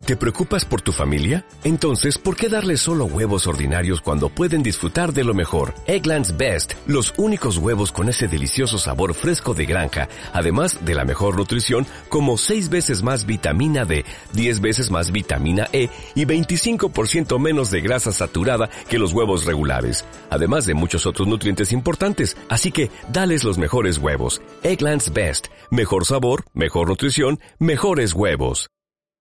¿Te preocupas por tu familia? Entonces, ¿por qué darles solo huevos ordinarios cuando pueden disfrutar de lo mejor? Eggland's Best, los únicos huevos con ese delicioso sabor fresco de granja, además de la mejor nutrición, como 6 veces más vitamina D, 10 veces más vitamina E y 25% menos de grasa saturada que los huevos regulares, además de muchos otros nutrientes importantes. Así que, dales los mejores huevos. Eggland's Best, mejor sabor, mejor nutrición, mejores huevos.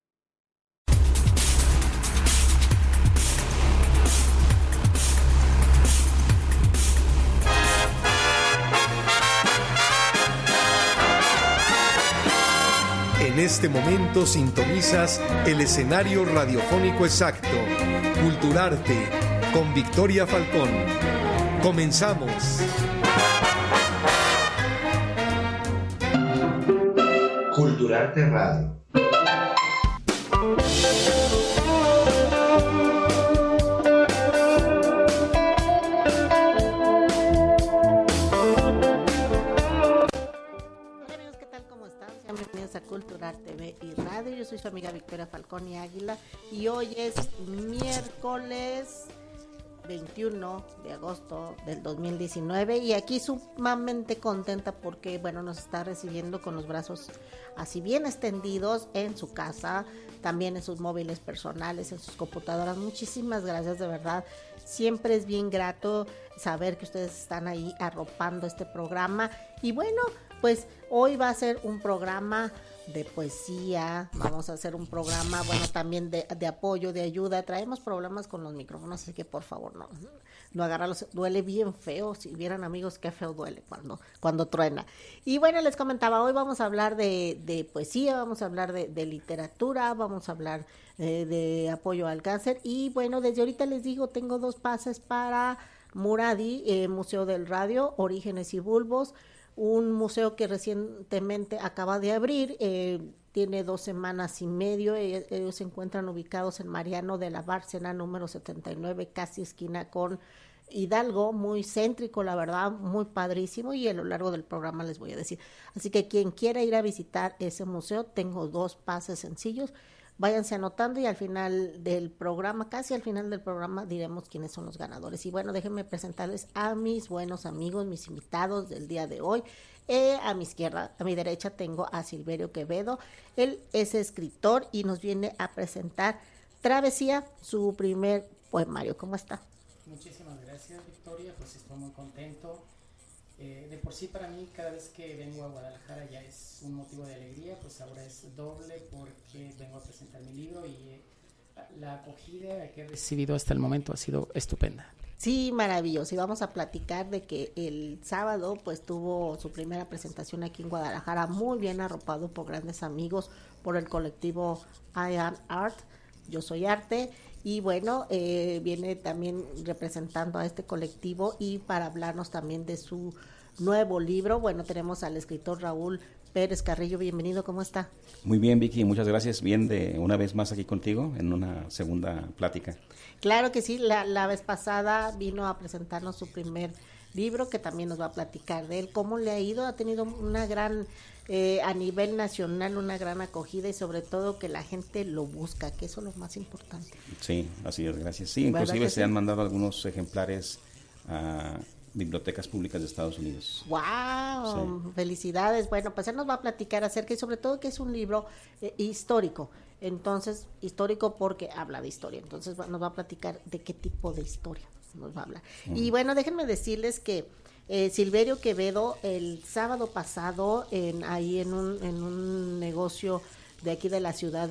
En este momento sintonizas el escenario radiofónico exacto, Culturarte, con Victoria Falcón. Comenzamos. Culturarte Radio. A Cultural TV y Radio. Yo soy su amiga Victoria Falcón y Águila y hoy es miércoles 21 de agosto del 2019 y aquí sumamente contenta porque bueno, nos está recibiendo con los brazos así bien extendidos en su casa, también en sus móviles personales, en sus computadoras. Muchísimas gracias, de verdad. Siempre es bien grato saber que ustedes están ahí arropando este programa y bueno, pues hoy va a ser un programa de poesía, vamos a hacer un programa, bueno, también de apoyo, de ayuda. Traemos problemas con los micrófonos, así que por favor no agarrarlos, duele bien feo. Si vieran, amigos, qué feo duele cuando truena. Y bueno, les comentaba, hoy vamos a hablar de poesía, vamos a hablar de literatura, vamos a hablar de apoyo al cáncer. Y bueno, desde ahorita les digo, tengo 2 pases para Muradi, Museo del Radio, Orígenes y Bulbos, un museo que recientemente acaba de abrir, tiene 2 semanas y medio. Ellos se encuentran ubicados en Mariano de la Bárcena, número 79, casi esquina con Hidalgo, muy céntrico, la verdad, muy padrísimo, y a lo largo del programa les voy a decir. Así que quien quiera ir a visitar ese museo, tengo 2 pases sencillos. Váyanse anotando y al final del programa, casi al final del programa, diremos quiénes son los ganadores. Y bueno, déjenme presentarles a mis buenos amigos, mis invitados del día de hoy. A mi izquierda, a mi derecha, tengo a Silverio Quevedo. Él es escritor y nos viene a presentar Travesía, su primer poemario. ¿Cómo está? Muchísimas gracias, Victoria. Pues estoy muy contento. De por sí, para mí, cada vez que vengo a Guadalajara ya es un motivo de alegría, pues ahora es doble porque vengo a presentar mi libro y la acogida que he recibido hasta el momento ha sido estupenda. Sí, maravilloso. Y vamos a platicar de que el sábado pues tuvo su primera presentación aquí en Guadalajara, muy bien arropado por grandes amigos, por el colectivo I Am Art, Yo Soy Arte. Y bueno, viene también representando a este colectivo y para hablarnos también de su nuevo libro. Bueno, tenemos al escritor Raúl Pérez Carrillo. Bienvenido, ¿cómo está? Muy bien, Vicky, muchas gracias. Bien, de una vez más aquí contigo en una segunda plática. Claro que sí, la vez pasada vino a presentarnos su primer libro, que también nos va a platicar de él. ¿Cómo le ha ido? Ha tenido una gran, a nivel nacional, una gran acogida y sobre todo que la gente lo busca, que eso es lo más importante. Sí, así es, gracias. Sí, inclusive se han mandado algunos ejemplares a bibliotecas públicas de Estados Unidos. ¡Wow! Sí. Felicidades. Bueno, pues él nos va a platicar acerca y sobre todo que es un libro histórico. Entonces, histórico porque habla de historia. Entonces nos va a platicar de qué tipo de historia nos va a hablar. Y bueno, déjenme decirles que Silverio Quevedo el sábado pasado ahí en un negocio de aquí de la ciudad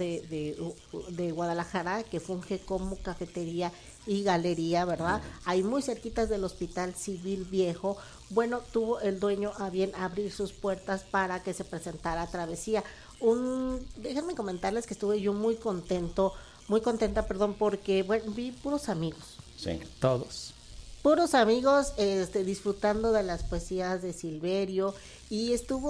de Guadalajara, que funge como cafetería y galería, ¿verdad? Ahí muy cerquitas del Hospital Civil Viejo. Bueno, tuvo el dueño a bien abrir sus puertas para que se presentara Travesía. Déjenme comentarles que estuve yo muy contenta, porque bueno, vi puros amigos. Sí, todos. Puros amigos, disfrutando de las poesías de Silverio, y estuvo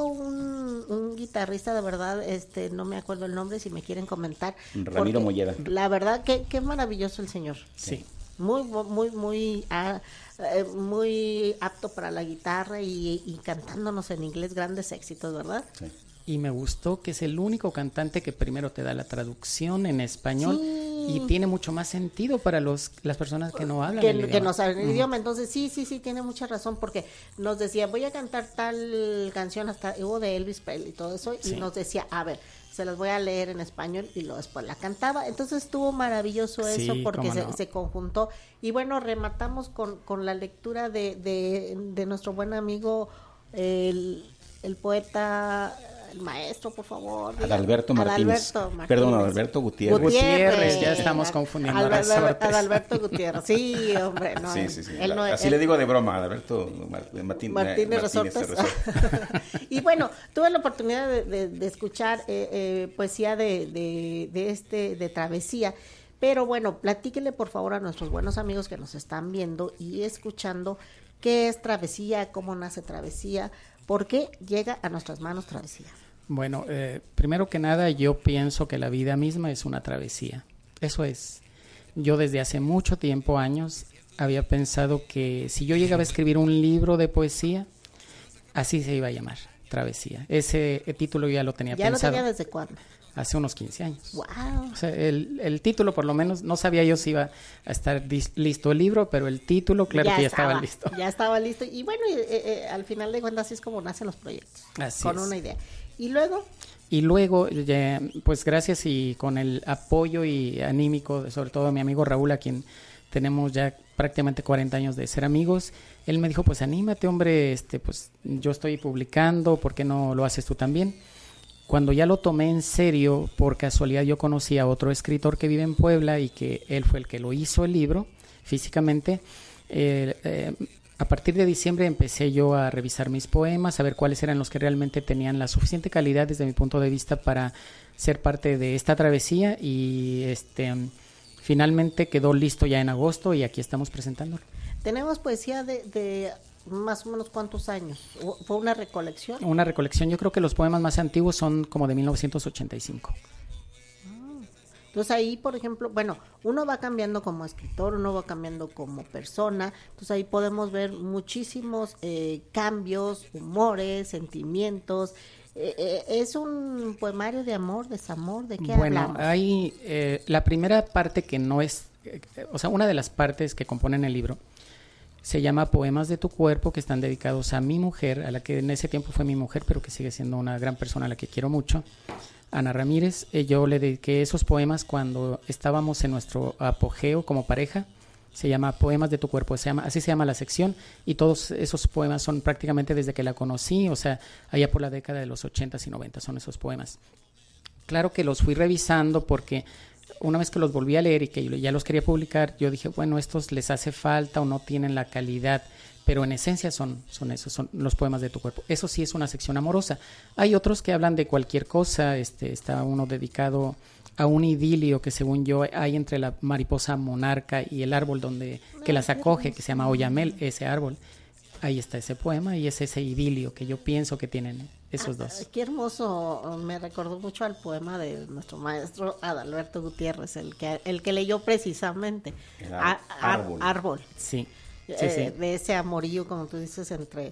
un guitarrista, de verdad, no me acuerdo el nombre, si me quieren comentar. Ramiro Molleda. La verdad, qué maravilloso el señor. Sí. Muy apto para la guitarra y cantándonos en inglés grandes éxitos, ¿verdad? Sí. y me gustó que es el único cantante que primero te da la traducción en español y tiene mucho más sentido para las personas que no hablan el idioma. Que no saben el idioma. Entonces sí, tiene mucha razón, porque nos decía, voy a cantar tal canción, hasta hubo de Elvis Presley y todo eso, y nos decía, a ver, se las voy a leer en español, y luego después la cantaba. Entonces estuvo maravilloso eso, porque se conjuntó. Y bueno, rematamos con la lectura de nuestro buen amigo, el poeta, el maestro, por favor. Adalberto Martínez. Perdón, Adalberto Gutiérrez, ya estamos confundiendo. Adalberto Gutiérrez, sí, hombre. No, sí. Así le digo de broma, Adalberto Martínez Resortes. Y bueno, tuve la oportunidad de escuchar poesía de Travesía. Pero bueno, platíquele por favor a nuestros buenos amigos que nos están viendo y escuchando qué es Travesía, cómo nace Travesía, por qué llega a nuestras manos Travesía. Bueno, primero que nada, yo pienso que la vida misma es una travesía. Eso es. Yo desde hace mucho tiempo, años, había pensado que si yo llegaba a escribir un libro de poesía, así se iba a llamar, Travesía. Ese título ya lo tenía pensado. ¿Ya lo tenía desde cuándo? Hace unos 15 años. Wow. O sea, el título, por lo menos, no sabía yo si iba a estar listo el libro, pero el título, claro que ya estaba listo. Ya estaba listo. Y bueno, al final de cuentas, así es como nacen los proyectos. Así con es. Una idea. Y luego, pues gracias y con el apoyo y anímico, sobre todo a mi amigo Raúl, a quien tenemos ya prácticamente 40 años de ser amigos, él me dijo, pues anímate, hombre, pues yo estoy publicando, ¿por qué no lo haces tú también? Cuando ya lo tomé en serio, por casualidad yo conocí a otro escritor que vive en Puebla y que él fue el que lo hizo el libro físicamente. A partir de diciembre empecé yo a revisar mis poemas, a ver cuáles eran los que realmente tenían la suficiente calidad desde mi punto de vista para ser parte de esta travesía, y finalmente quedó listo ya en agosto y aquí estamos presentándolo. Tenemos poesía de más o menos ¿cuántos años? ¿Fue una recolección? Una recolección. Yo creo que los poemas más antiguos son como de 1985. Entonces ahí, por ejemplo, bueno, uno va cambiando como escritor, uno va cambiando como persona, entonces ahí podemos ver muchísimos cambios, humores, sentimientos. ¿Es un poemario de amor, desamor? ¿De qué hablamos? Bueno, hay la primera parte que no es, o sea, una de las partes que componen el libro se llama Poemas de tu cuerpo, que están dedicados a mi mujer, a la que en ese tiempo fue mi mujer, pero que sigue siendo una gran persona a la que quiero mucho, Ana Ramírez. Yo le dediqué esos poemas cuando estábamos en nuestro apogeo como pareja. Se llama Poemas de tu cuerpo, así se llama la sección, y todos esos poemas son prácticamente desde que la conocí, o sea, allá por la década de los 80s y 90s son esos poemas. Claro que los fui revisando porque una vez que los volví a leer y que ya los quería publicar, yo dije, bueno, estos les hace falta o no tienen la calidad, pero en esencia son esos, son los poemas de tu cuerpo. Eso sí es una sección amorosa. Hay otros que hablan de cualquier cosa, está uno dedicado a un idilio que según yo hay entre la mariposa monarca y el árbol que las acoge, que se llama Oyamel, ese árbol. Ahí está ese poema y es ese idilio que yo pienso que tienen esos dos. Qué hermoso, me recordó mucho al poema de nuestro maestro Adalberto Gutiérrez, el que leyó precisamente Árbol. Sí. De ese amorío, como tú dices, entre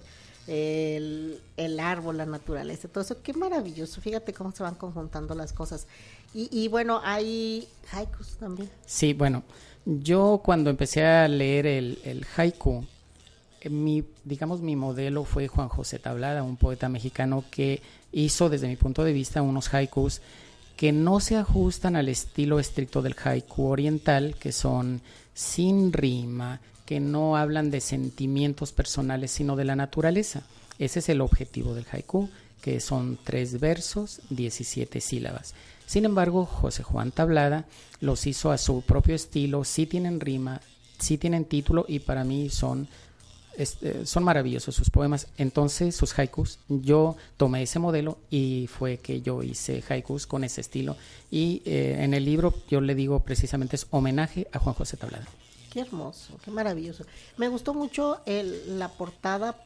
el árbol, la naturaleza, todo eso. Qué maravilloso, fíjate cómo se van conjuntando las cosas. Y bueno, hay haikus también. Sí, bueno, yo cuando empecé a leer el haiku, mi modelo fue Juan José Tablada, un poeta mexicano que hizo desde mi punto de vista unos haikus que no se ajustan al estilo estricto del haiku oriental, que son sin rima, que no hablan de sentimientos personales sino de la naturaleza. Ese es el objetivo del haiku, que son 3 versos, 17 sílabas. Sin embargo, José Juan Tablada los hizo a su propio estilo, sí tienen rima, sí tienen título, y para mí son maravillosos sus poemas. Entonces sus haikus, yo tomé ese modelo y fue que yo hice haikus con ese estilo, y en el libro yo le digo precisamente es homenaje a Juan José Tablada. Qué hermoso, qué maravilloso. Me gustó mucho la portada,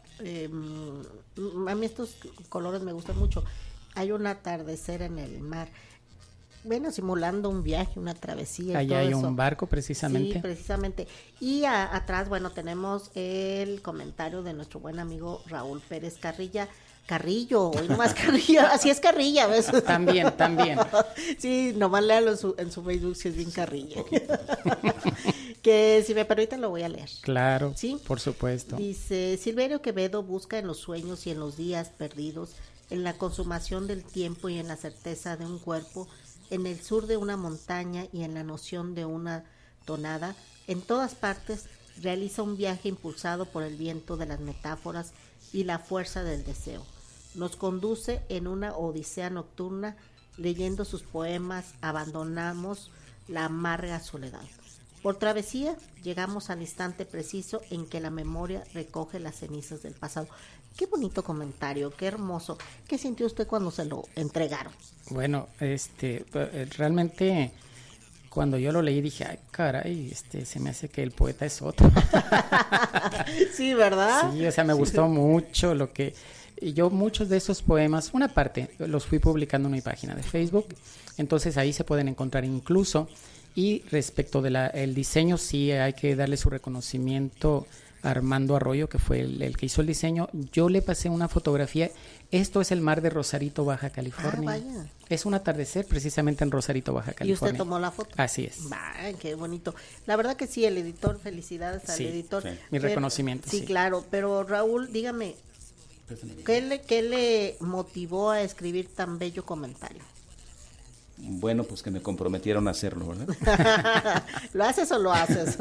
a mí estos colores me gustan mucho. Hay un atardecer en el mar, bueno, simulando un viaje, una travesía. Allá hay un barco precisamente. Sí, precisamente. Y atrás, bueno, tenemos el comentario de nuestro buen amigo Raúl Pérez Carrilla Carrillo, hoy nomás Carrillo, así es Carrilla, ¿ves? También. Sí, nomás léalo en su Facebook, si es bien Carrilla. Que si me permiten lo voy a leer. Claro, ¿Sí? Por supuesto. Dice, Silverio Quevedo busca en los sueños y en los días perdidos, en la consumación del tiempo y en la certeza de un cuerpo, en el sur de una montaña y en la noción de una tonada, en todas partes realiza un viaje impulsado por el viento de las metáforas y la fuerza del deseo. Nos conduce en una odisea nocturna, leyendo sus poemas abandonamos la amarga soledad. Por travesía llegamos al instante preciso en que la memoria recoge las cenizas del pasado. Qué bonito comentario, qué hermoso. ¿Qué sintió usted cuando se lo entregaron? Bueno, realmente cuando yo lo leí dije, ay, caray, se me hace que el poeta es otro. Sí, ¿verdad? Sí, o sea, me gustó mucho lo que... Y yo muchos de esos poemas, una parte, los fui publicando en mi página de Facebook, entonces ahí se pueden encontrar incluso. Y respecto de el diseño, sí hay que darle su reconocimiento a Armando Arroyo, que fue el que hizo el diseño. Yo le pasé una fotografía. Esto es el mar de Rosarito, Baja California. Vaya. Es un atardecer precisamente en Rosarito, Baja California. ¿Y usted tomó la foto? Así es. Ay, qué bonito. La verdad que sí, el editor, felicidades al editor. Sí. Mi reconocimiento. Sí, claro. Pero Raúl, dígame, ¿qué le motivó a escribir tan bello comentario? Bueno, pues que me comprometieron a hacerlo, ¿verdad? ¿Lo haces o lo haces?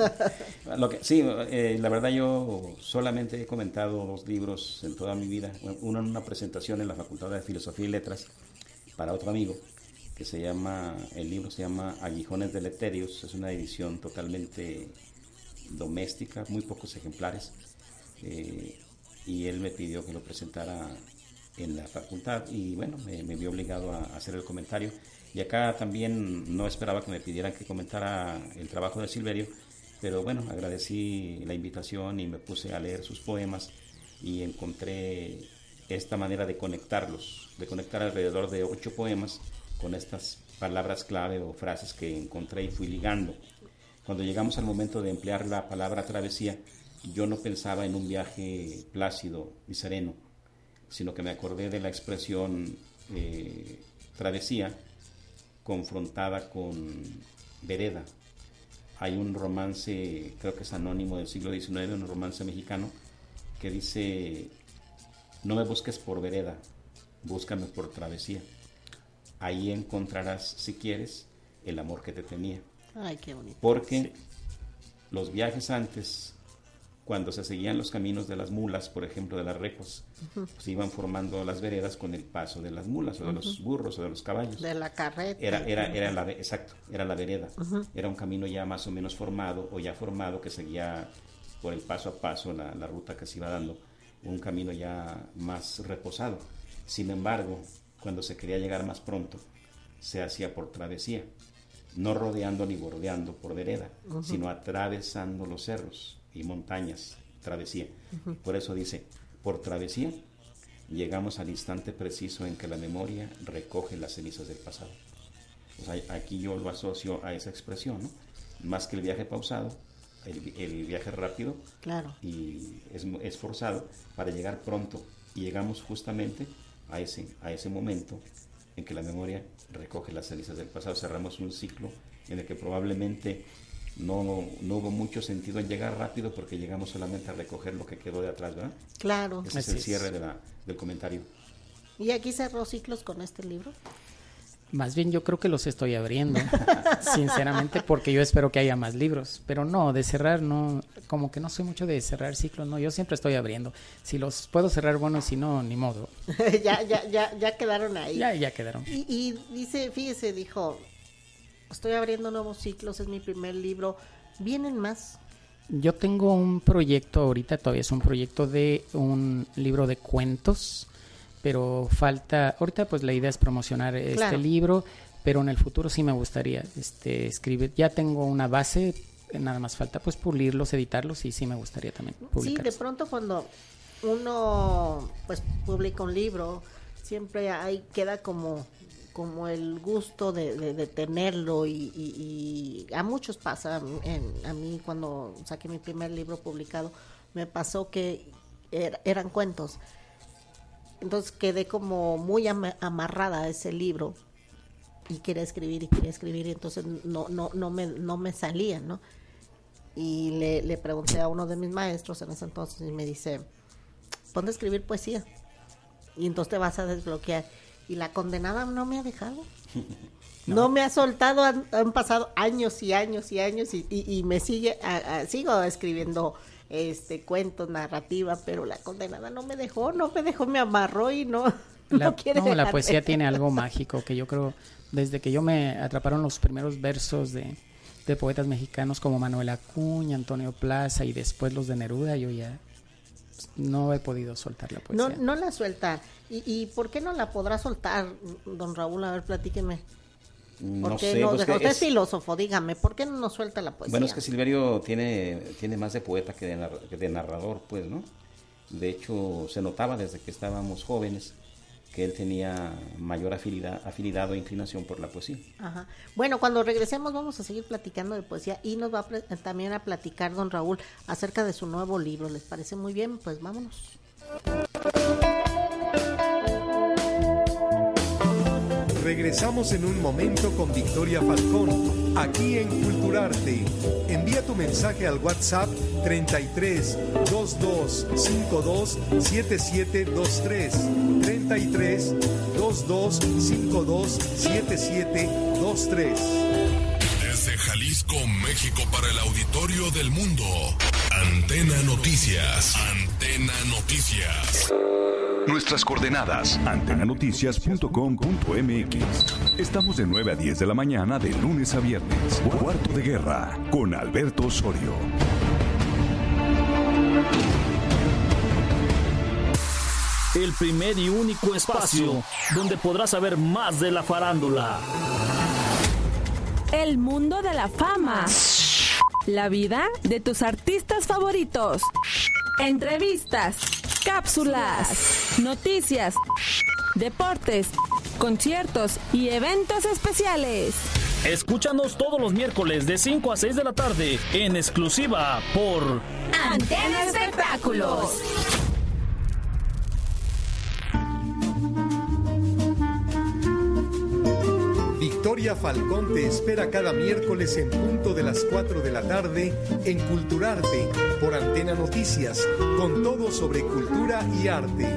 La verdad yo solamente he comentado 2 libros en toda mi vida. Uno en una presentación en la Facultad de Filosofía y Letras para otro amigo, el libro se llama Aguijones deleterios, es una edición totalmente doméstica, muy pocos ejemplares, y él me pidió que lo presentara en la facultad y bueno, me vi obligado a hacer el comentario. Y acá también no esperaba que me pidieran que comentara el trabajo de Silverio, pero bueno, agradecí la invitación y me puse a leer sus poemas y encontré esta manera de conectar alrededor de 8 poemas con estas palabras clave o frases que encontré y fui ligando. Cuando llegamos al momento de emplear la palabra travesía, yo no pensaba en un viaje plácido y sereno, sino que me acordé de la expresión travesía confrontada con vereda. Hay un romance, creo que es anónimo del siglo XIX, un romance mexicano, que dice, no me busques por vereda, búscame por travesía. Ahí encontrarás, si quieres, el amor que te tenía. Ay, qué bonito. Porque los viajes antes, cuando se seguían los caminos de las mulas, por ejemplo, de las recos, pues iban formando las veredas con el paso de las mulas, o de los burros, o de los caballos. De la carreta. Era la vereda. Era un camino ya más o menos formado, o ya formado, que seguía por el paso a paso la ruta que se iba dando, un camino ya más reposado. Sin embargo, cuando se quería llegar más pronto, se hacía por travesía, no rodeando ni bordeando por vereda, sino atravesando los cerros y montañas, travesía. Por eso dice, por travesía llegamos al instante preciso en que la memoria recoge las cenizas del pasado. O sea, aquí yo lo asocio a esa expresión, ¿no? Más que el viaje pausado, el viaje rápido, claro, y es forzado para llegar pronto, y llegamos justamente a ese momento en que la memoria recoge las cenizas del pasado. Cerramos un ciclo en el que probablemente no hubo mucho sentido en llegar rápido, porque llegamos solamente a recoger lo que quedó de atrás, ¿verdad? Claro. Ese es el cierre del comentario. ¿Y aquí cerró ciclos con este libro? Más bien yo creo que los estoy abriendo, sinceramente, porque yo espero que haya más libros, pero no, de cerrar no, como que no soy mucho de cerrar ciclos, no, yo siempre estoy abriendo. Si los puedo cerrar, bueno, si no, ni modo. ya quedaron ahí. Ya quedaron. Y dice, fíjese, dijo, estoy abriendo nuevos ciclos, es mi primer libro, ¿vienen más? Yo tengo un proyecto ahorita, todavía es un proyecto de un libro de cuentos, pero falta, ahorita pues la idea es promocionar este libro, pero en el futuro sí me gustaría escribir. Ya tengo una base, nada más falta pues pulirlos, editarlos, y sí me gustaría también publicarlos. Sí, de pronto cuando uno pues publica un libro, siempre ahí queda como el gusto de tenerlo, y a muchos pasa. A mí cuando saqué mi primer libro publicado me pasó que eran cuentos. Entonces quedé como muy amarrada a ese libro y quería escribir y entonces no me salía, ¿no? Y le pregunté a uno de mis maestros en ese entonces y me dice, ponte a escribir poesía y entonces te vas a desbloquear. Y la condenada no me ha dejado. No me ha soltado, han pasado años y años y años y me sigo escribiendo cuentos, narrativa, pero la condenada no me dejó, me amarró y no quiere dejar. La poesía tiene algo mágico que yo creo, desde que yo me atraparon los primeros versos de poetas mexicanos como Manuel Acuña, Antonio Plaza y después los de Neruda, yo ya no he podido soltar la poesía. No la suelta. ¿Y por qué no la podrá soltar, don Raúl? A ver, platíqueme. No sé, usted es filósofo, dígame, ¿por qué no nos suelta la poesía? Bueno, es que Silverio tiene más de poeta que de narrador, pues, ¿no? De hecho, se notaba desde que estábamos jóvenes que él tenía mayor afinidad o inclinación por la poesía. Ajá. Bueno, cuando regresemos vamos a seguir platicando de poesía y nos va también a platicar don Raúl acerca de su nuevo libro. ¿Les parece muy bien? Pues vámonos. Regresamos en un momento con Victoria Falcón, aquí en Culturarte. Envía tu mensaje al WhatsApp 33 22 52 7723. 33 22 52 7723. Desde Jalisco, México, para el auditorio del mundo. Antena Noticias. Antena Noticias. Nuestras coordenadas, antenanoticias.com.mx. Estamos de 9 a 10 de la mañana de lunes a viernes. Cuarto de Guerra con Alberto Osorio. El primer y único espacio donde podrás saber más de la farándula. El mundo de la fama. La vida de tus artistas favoritos. Entrevistas. Cápsulas, noticias, deportes, conciertos y eventos especiales. Escúchanos todos los miércoles de 5 a 6 de la tarde en exclusiva por Antena Espectáculos. Victoria Falcón te espera cada miércoles en punto de las 4 de la tarde en Culturarte por Antena Noticias, con todo sobre cultura y arte.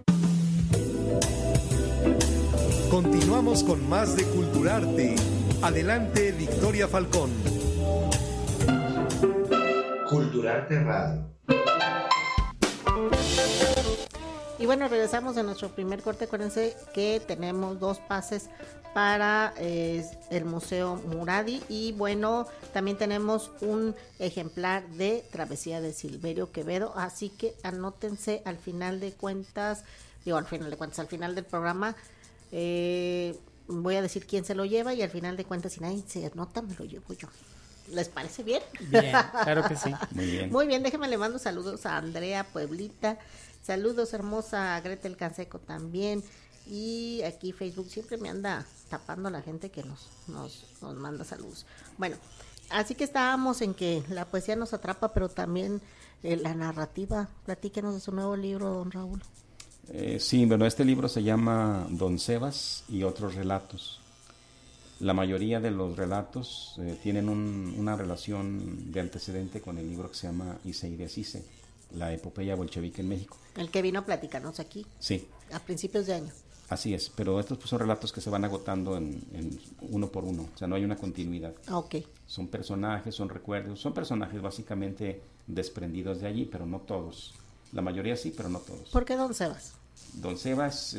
Continuamos con más de Culturarte. Adelante, Victoria Falcón. Culturarte Radio. Y bueno, regresamos a nuestro primer corte. Acuérdense que tenemos 2 pases para el Museo Muradi y bueno, también tenemos un ejemplar de Travesía de Silverio Quevedo, así que anótense al final del programa, voy a decir quién se lo lleva y al final de cuentas si nadie se anota me lo llevo yo. ¿Les parece bien? Bien, claro que sí. Muy bien, déjenme le mando saludos a Andrea Pueblita, saludos hermosa a Gretel Canseco también. Y aquí Facebook siempre me anda tapando la gente que nos manda saludos. Bueno, así que estábamos en que la poesía nos atrapa, pero también la narrativa. Platíquenos de su nuevo libro, don Raúl. Sí, bueno, este libro se llama Don Sebas y otros relatos. La mayoría de los relatos tienen una relación de antecedente con el libro que se llama Ise y Deshice, la epopeya bolchevique en México. El que vino a platicarnos aquí. Sí. A principios de año. Así es, pero estos pues, son relatos que se van agotando en uno por uno, o sea, no hay una continuidad. Okay. Son personajes, son recuerdos, son personajes básicamente desprendidos de allí, pero no todos. La mayoría sí, pero no todos. ¿Por qué don Sebas? Don Sebas,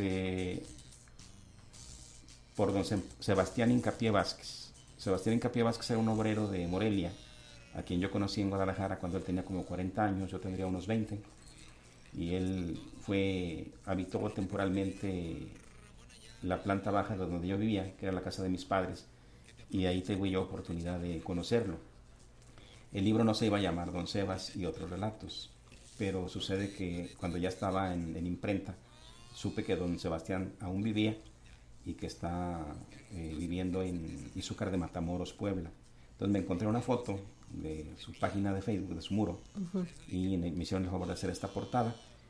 por don Sebastián Hincapié Vázquez. Sebastián Hincapié Vázquez era un obrero de Morelia, a quien yo conocí en Guadalajara cuando él tenía como 40 años, yo tendría unos 20. Y él habitó temporalmente la planta baja de donde yo vivía, que era la casa de mis padres, y ahí tuve yo oportunidad de conocerlo. El libro no se iba a llamar Don Sebas y otros relatos, pero sucede que cuando ya estaba en imprenta, supe que don Sebastián aún vivía y que está viviendo en Izúcar de Matamoros, Puebla. Entonces me encontré una foto de su página de Facebook, de su muro, y me hicieron el favor de hacer esta portada.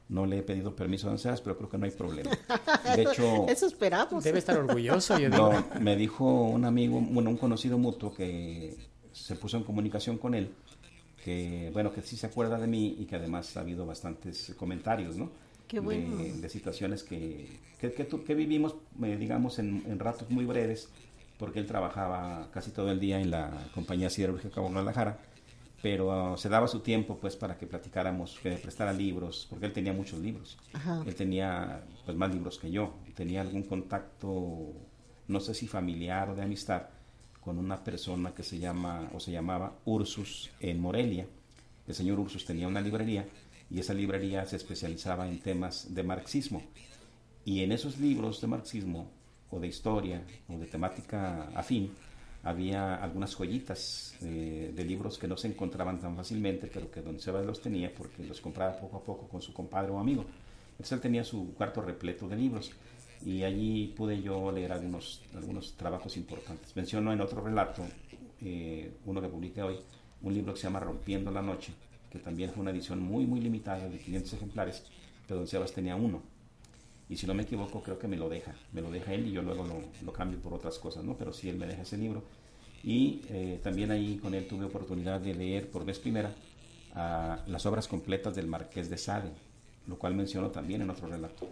No le he pedido permiso a don Sebas, pero creo que no hay problema. De hecho, eso esperamos. Debe estar orgulloso, yo digo. No, me dijo un amigo, bueno, un conocido mutuo que se puso en comunicación con él, que bueno, que sí se acuerda de mí y que además ha habido bastantes comentarios, ¿no? Qué bueno. De situaciones que vivimos, digamos, en ratos muy breves, porque él trabajaba casi todo el día en la compañía siderúrgica Guadalajara, pero se daba su tiempo pues para que platicáramos, que me prestara libros, porque él tenía muchos libros. Ajá. Él tenía pues más libros que yo, tenía algún contacto, no sé si familiar o de amistad, con una persona que se llamaba Ursus en Morelia. El señor Ursus tenía una librería y esa librería se especializaba en temas de marxismo, y en esos libros de marxismo o de historia o de temática afín había algunas joyitas de libros que no se encontraban tan fácilmente, pero que don Sebas los tenía porque los compraba poco a poco con su compadre o amigo. Entonces él tenía su cuarto repleto de libros y allí pude yo leer algunos trabajos importantes. Menciono en otro relato, uno que publiqué hoy, un libro que se llama Rompiendo la Noche, que también fue una edición muy muy limitada de 500 ejemplares, pero don Sebas tenía uno. Y si no me equivoco, creo que me lo deja él y yo luego lo cambio por otras cosas, ¿no? Pero sí, él me deja ese libro. Y también ahí con él tuve oportunidad de leer por vez primera las obras completas del Marqués de Sade, lo cual menciono también en otro relato.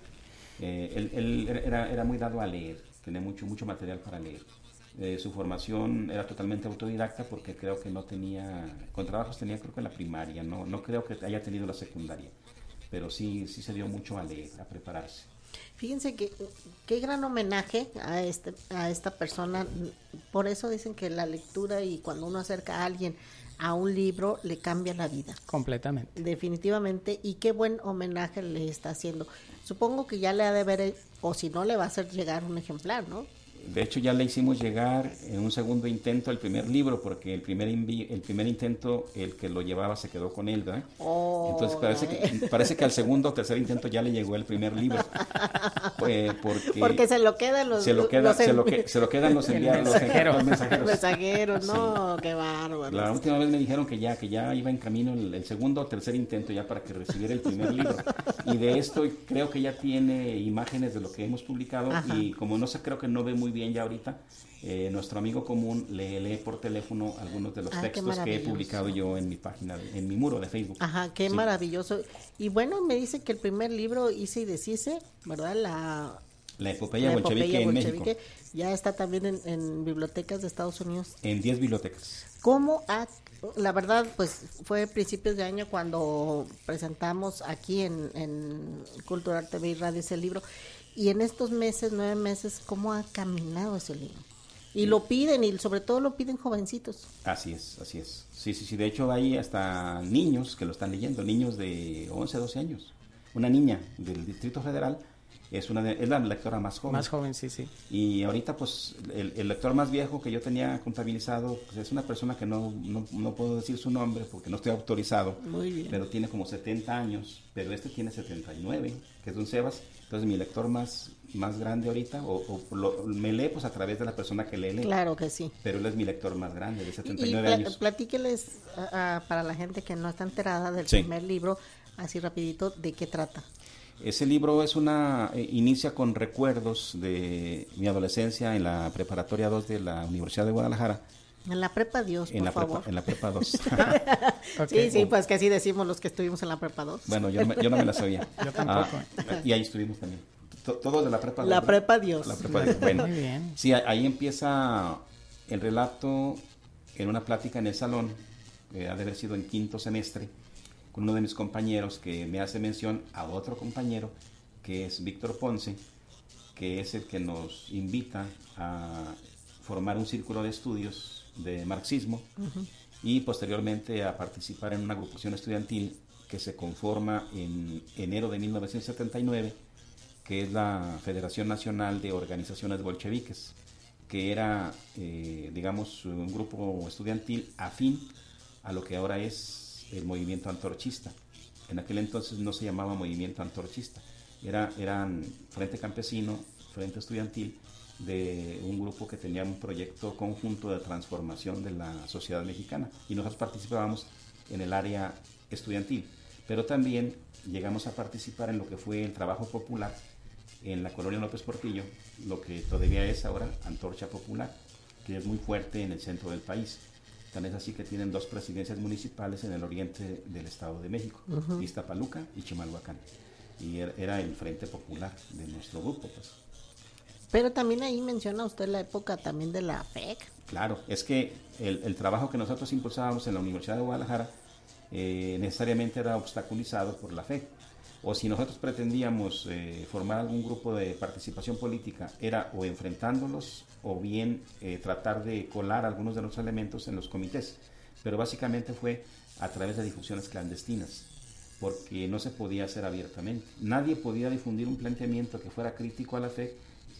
Él era muy dado a leer, tenía mucho material para leer. Su formación era totalmente autodidacta porque creo que no tenía, con trabajos tenía creo que la primaria, no creo que haya tenido la secundaria, pero sí se dio mucho a leer, a prepararse. Fíjense que qué gran homenaje a esta persona. Por eso dicen que la lectura y cuando uno acerca a alguien a un libro le cambia la vida. Completamente. Definitivamente, y qué buen homenaje le está haciendo. Supongo que ya le ha de ver, o si no le va a hacer llegar un ejemplar, ¿no? De hecho ya le hicimos llegar en un segundo intento el primer libro, porque el primer intento, el que lo llevaba se quedó con él, ¿verdad? Oh, entonces parece que al segundo o tercer intento ya le llegó el primer libro. Porque se lo quedan los mensajeros, no, sí. Qué bárbaro. La última vez me dijeron que ya iba en camino el segundo o tercer intento ya para que recibiera el primer libro. Y de esto creo que ya tiene imágenes de lo que hemos publicado. Ajá. Y como creo que no ve muy bien ya ahorita, nuestro amigo común lee por teléfono algunos de los textos que he publicado yo en mi página, en mi muro de Facebook. Ajá, qué maravilloso. Y bueno, me dice que el primer libro Hice y Deshice, ¿verdad? La epopeya bolchevique en México. Ya está también en bibliotecas de Estados Unidos. En 10 bibliotecas. La verdad, pues fue principios de año cuando presentamos aquí en Cultural TV y Radio ese libro. Y en estos 9 meses, ¿cómo ha caminado ese libro? Y lo piden, y sobre todo lo piden jovencitos. Así es. Sí. De hecho, hay hasta niños que lo están leyendo, niños de 11, 12 años. Una niña del Distrito Federal es la lectora más joven. Más joven, sí. Y ahorita, pues, el lector más viejo que yo tenía contabilizado, pues, es una persona que no puedo decir su nombre porque no estoy autorizado. Muy bien. Pero tiene como 70 años, pero este tiene 79, que es don Sebas. Entonces, mi lector más grande ahorita, me lee pues a través de la persona que lee. Claro que sí. Pero él es mi lector más grande, de 79 años. Platíqueles para la gente que no está enterada del primer libro, así rapidito, ¿de qué trata? Ese libro inicia con recuerdos de mi adolescencia en la preparatoria 2 de la Universidad de Guadalajara. En la prepa Dios, por favor. En la prepa 2. Okay. Sí, pues que así decimos los que estuvimos en la prepa 2. Bueno, yo no me la sabía. Yo tampoco. Y ahí estuvimos también. Todos de la prepa 2. La prepa Dios. La prepa Dios. Bueno, muy bien. Sí, ahí empieza el relato en una plática en el salón, ha de haber sido en quinto semestre, con uno de mis compañeros que me hace mención a otro compañero, que es Víctor Ponce, que es el que nos invita a formar un círculo de estudios de marxismo y posteriormente a participar en una agrupación estudiantil que se conforma en enero de 1979, que es la Federación Nacional de Organizaciones Bolcheviques, que era, digamos, un grupo estudiantil afín a lo que ahora es el movimiento antorchista. En aquel entonces no se llamaba movimiento antorchista, eran Frente Campesino, Frente Estudiantil, de un grupo que tenía un proyecto conjunto de transformación de la sociedad mexicana, y nosotros participábamos en el área estudiantil, pero también llegamos a participar en lo que fue el trabajo popular en la colonia López Portillo, lo que todavía es ahora Antorcha Popular, que es muy fuerte en el centro del país. Tan es así que tienen 2 presidencias municipales en el oriente del Estado de México, Iztapaluca y Chimalhuacán. Y era el Frente Popular de nuestro grupo, pues. Pero también ahí menciona usted la época también de la FEC. Claro, es que el trabajo que nosotros impulsábamos en la Universidad de Guadalajara necesariamente era obstaculizado por la FEC. O si nosotros pretendíamos formar algún grupo de participación política, era o enfrentándolos o bien tratar de colar algunos de los elementos en los comités. Pero básicamente fue a través de difusiones clandestinas, porque no se podía hacer abiertamente. Nadie podía difundir un planteamiento que fuera crítico a la FEC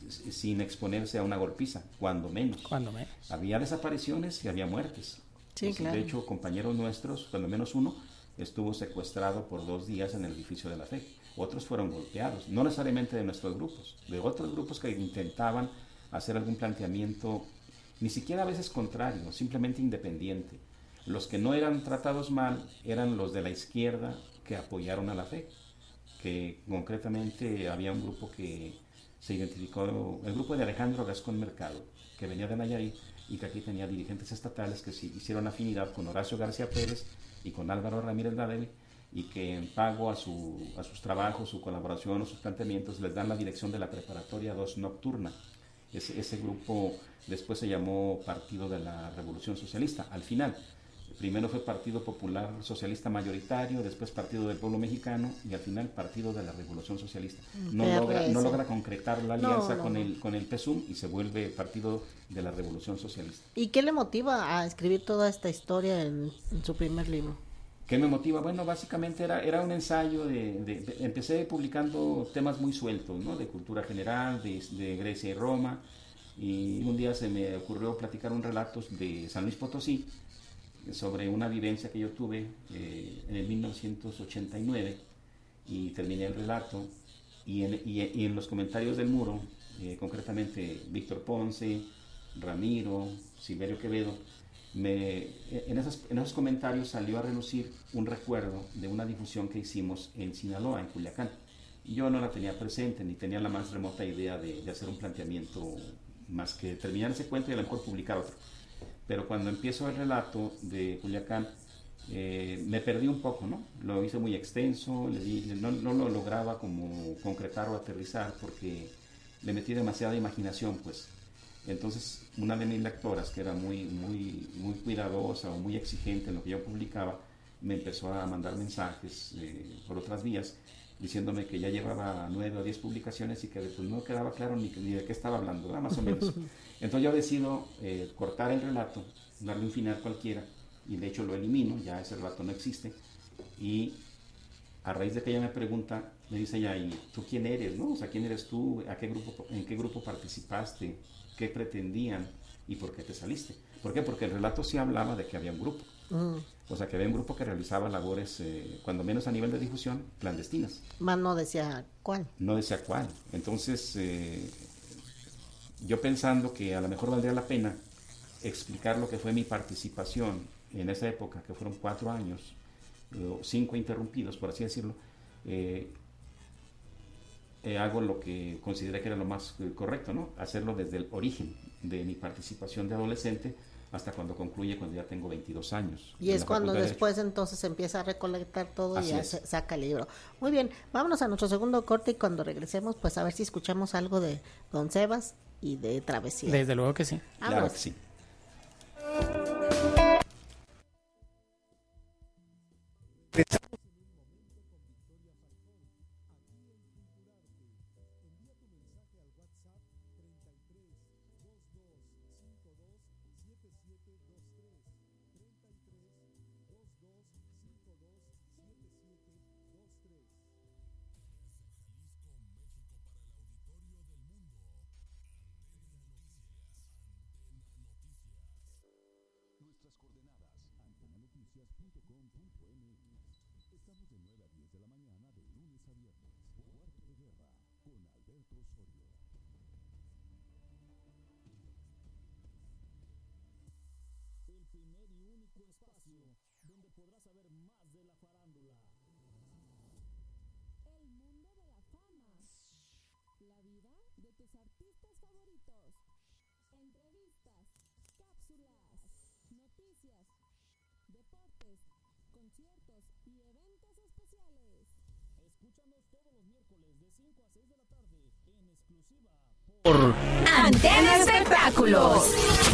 sin exponerse a una golpiza, cuando menos. Había desapariciones y había muertes. Sí, Entonces, claro. de hecho, compañeros nuestros, cuando menos uno, estuvo secuestrado por 2 días en el edificio de la FEC. Otros fueron golpeados, no necesariamente de nuestros grupos, de otros grupos que intentaban hacer algún planteamiento, ni siquiera a veces contrario, simplemente independiente. Los que no eran tratados mal eran los de la izquierda que apoyaron a la FEC, que concretamente había un grupo que se identificó, el grupo de Alejandro Gascón Mercado, que venía de Nayarit y que aquí tenía dirigentes estatales que sí hicieron afinidad con Horacio García Pérez y con Álvaro Ramírez Ladeve, y que en pago a sus trabajos, su colaboración o sus planteamientos les dan la dirección de la Preparatoria 2 Nocturna. Ese grupo después se llamó Partido de la Revolución Socialista. Al final, primero fue Partido Popular Socialista Mayoritario, después Partido del Pueblo Mexicano y al final Partido de la Revolución Socialista. No logra concretar la alianza con el PSUM y se vuelve Partido de la Revolución Socialista. ¿Y qué le motiva a escribir toda esta historia en su primer libro? ¿Qué me motiva? Bueno, básicamente era un ensayo empecé publicando temas muy sueltos, ¿no? De cultura general, de Grecia y Roma, y un día se me ocurrió platicar un relato de San Luis Potosí, sobre una vivencia que yo tuve en el 1989, y terminé el relato, y en los comentarios del muro, concretamente Víctor Ponce, Ramiro, Silverio Quevedo, en esos comentarios salió a relucir un recuerdo de una difusión que hicimos en Sinaloa, en Culiacán. Y yo no la tenía presente, ni tenía la más remota idea de hacer un planteamiento más que terminar ese cuento y a lo mejor publicar otro. Pero cuando empiezo el relato de Culiacán, me perdí un poco, ¿no? Lo hice muy extenso, no lo lograba como concretar o aterrizar porque le metí demasiada imaginación, pues. Entonces, una de mis lectoras, que era muy cuidadosa o muy exigente en lo que yo publicaba, me empezó a mandar mensajes por otras vías, diciéndome que ya llevaba 9 o 10 publicaciones y que pues no quedaba claro ni de qué estaba hablando, ¿verdad? Más o menos. Entonces yo decido cortar el relato, darle un final cualquiera, y de hecho lo elimino, ya ese relato no existe, y a raíz de que ella me pregunta, me dice ella, ¿y tú quién eres, no? O sea, ¿quién eres tú? ¿En qué grupo participaste? ¿Qué pretendían? ¿Y por qué te saliste? ¿Por qué? Porque el relato sí hablaba de que había un grupo. O sea, que había un grupo que realizaba labores, cuando menos a nivel de difusión, clandestinas. Más no decía cuál. No decía cuál. Entonces, yo pensando que a lo mejor valdría la pena explicar lo que fue mi participación en esa época, que fueron 4 años, 5 interrumpidos, por así decirlo, hago lo que consideré que era lo más correcto, ¿no? Hacerlo desde el origen de mi participación de adolescente hasta cuando concluye, cuando ya tengo 22 años. Y es cuando después entonces empieza a recolectar todo. Así y ya se saca el libro. Muy bien, vámonos a nuestro segundo corte y cuando regresemos, pues a ver si escuchamos algo de Don Sebas y de Travesía. Desde luego que sí. Claro que sí. El primer y único espacio donde podrás saber más de la farándula. Por Antena Espectáculos.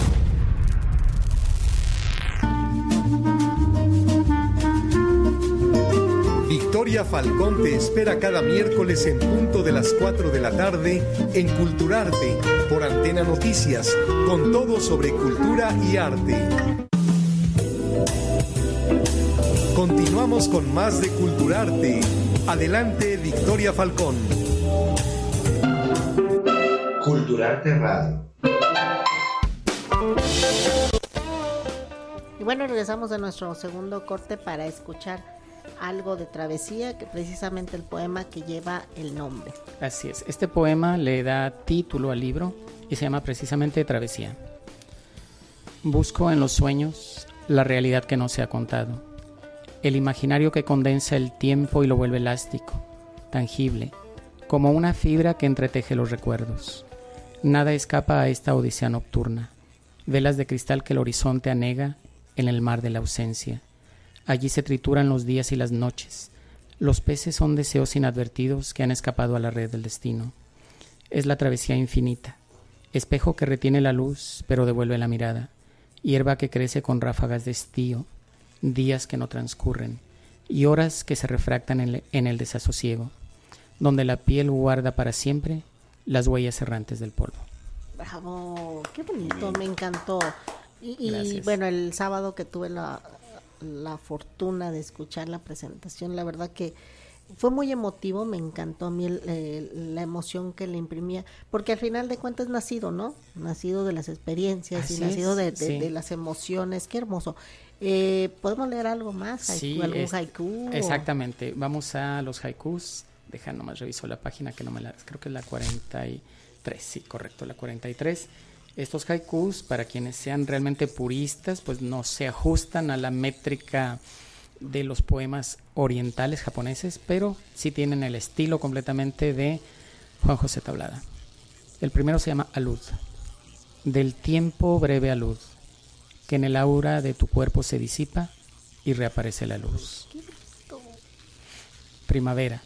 Victoria Falcón te espera cada miércoles en punto de las 4 de la tarde en Culturarte por Antena Noticias, con todo sobre cultura y arte. Continuamos con más de Culturarte. Adelante, Victoria Falcón. Culturarte Radio. Y bueno, regresamos a nuestro segundo corte para escuchar algo de Travesía, que precisamente el poema que lleva el nombre. Así es, este poema le da título al libro y se llama precisamente Travesía. Busco en los sueños la realidad que no se ha contado, el imaginario que condensa el tiempo y lo vuelve elástico, tangible, como una fibra que entreteje los recuerdos. Nada escapa a esta odisea nocturna, velas de cristal que el horizonte anega en el mar de la ausencia. Allí se trituran los días y las noches. Los peces son deseos inadvertidos que han escapado a la red del destino. Es la travesía infinita, espejo que retiene la luz pero devuelve la mirada, hierba que crece con ráfagas de estío, días que no transcurren y horas que se refractan en el desasosiego, donde la piel guarda para siempre las huellas errantes del polvo. Bravo, qué bonito, me encantó. Y bueno, el sábado que tuve la fortuna de escuchar la presentación, la verdad que fue muy emotivo, me encantó a mí la emoción que le imprimía, porque al final de cuentas nacido, ¿no? Nacido de las experiencias. Así y nacido de las emociones, qué hermoso. ¿Podemos leer algo más? Sí, ¿Algún haiku? Exactamente, vamos a los haikus. Deja, nomás reviso la página que creo que es la 43, sí, correcto, la 43. Estos haikus, para quienes sean realmente puristas, pues no se ajustan a la métrica de los poemas orientales japoneses, pero sí tienen el estilo completamente de Juan José Tablada. El primero se llama Alud. Del tiempo breve alud, que en el aura de tu cuerpo se disipa y reaparece la luz. Primavera.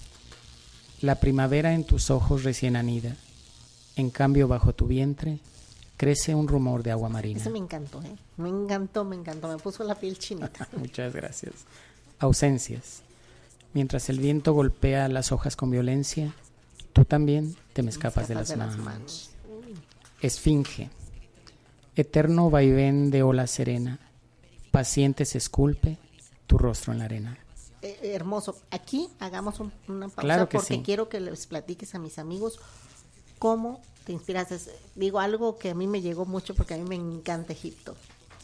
La primavera en tus ojos recién anida, en cambio bajo tu vientre crece un rumor de agua marina. Eso me encantó, me encantó, me puso la piel chinita. Muchas gracias. Ausencias. Mientras el viento golpea las hojas con violencia, tú también te me escapas de las manos. Esfinge. Eterno vaivén de ola serena, paciente se esculpe tu rostro en la arena. Hermoso. Aquí hagamos una pausa, claro que porque sí. Quiero que les platiques a mis amigos cómo te inspiras. Digo, algo que a mí me llegó mucho porque a mí me encanta Egipto.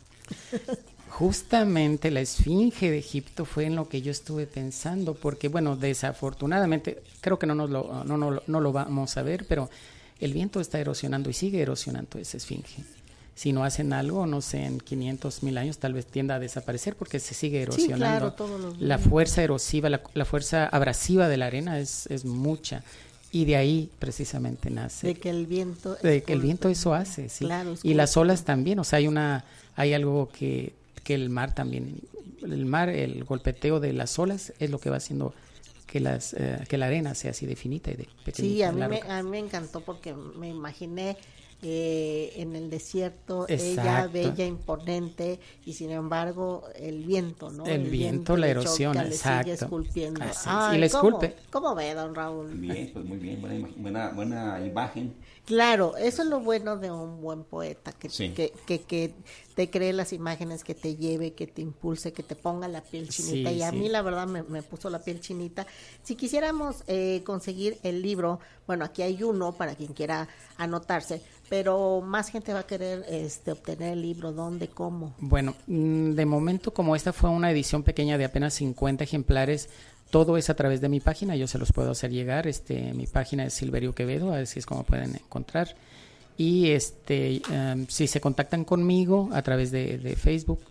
Justamente la esfinge de Egipto fue en lo que yo estuve pensando, porque bueno, desafortunadamente, creo que no lo vamos a ver, pero el viento está erosionando y sigue erosionando esa esfinge. Si no hacen algo, no sé, en 500,000 años tal vez tienda a desaparecer porque se sigue erosionando. Sí, claro, todos los días. La fuerza erosiva, la fuerza abrasiva de la arena es mucha. Y de ahí precisamente nace. De que el viento... el viento eso hace, sí. Claro, y las olas también, o sea, hay algo que el mar también, el golpeteo de las olas es lo que va haciendo que la arena sea así de finita y de pequeñita. Sí, a mí me encantó porque me imaginé en el desierto, exacto. Ella bella, imponente, y sin embargo el viento, ¿no? El viento la erosiona, exacto. Sigue esculpiendo. Y la esculpe. ¿Cómo ve, don Raúl? Bien, pues muy bien, buena imagen. Claro, eso es lo bueno de un buen poeta, que te cree las imágenes, que te lleve, que te impulse, que te ponga la piel chinita. Sí, y a mí la verdad me puso la piel chinita. Si quisiéramos conseguir el libro, bueno, aquí hay uno para quien quiera anotarse, pero más gente va a querer obtener el libro. ¿Dónde? ¿Cómo? Bueno, de momento, como esta fue una edición pequeña de apenas 50 ejemplares, todo es a través de mi página, yo se los puedo hacer llegar. Mi página es Silverio Quevedo, así es como pueden encontrar. Y si se contactan conmigo a través de Facebook,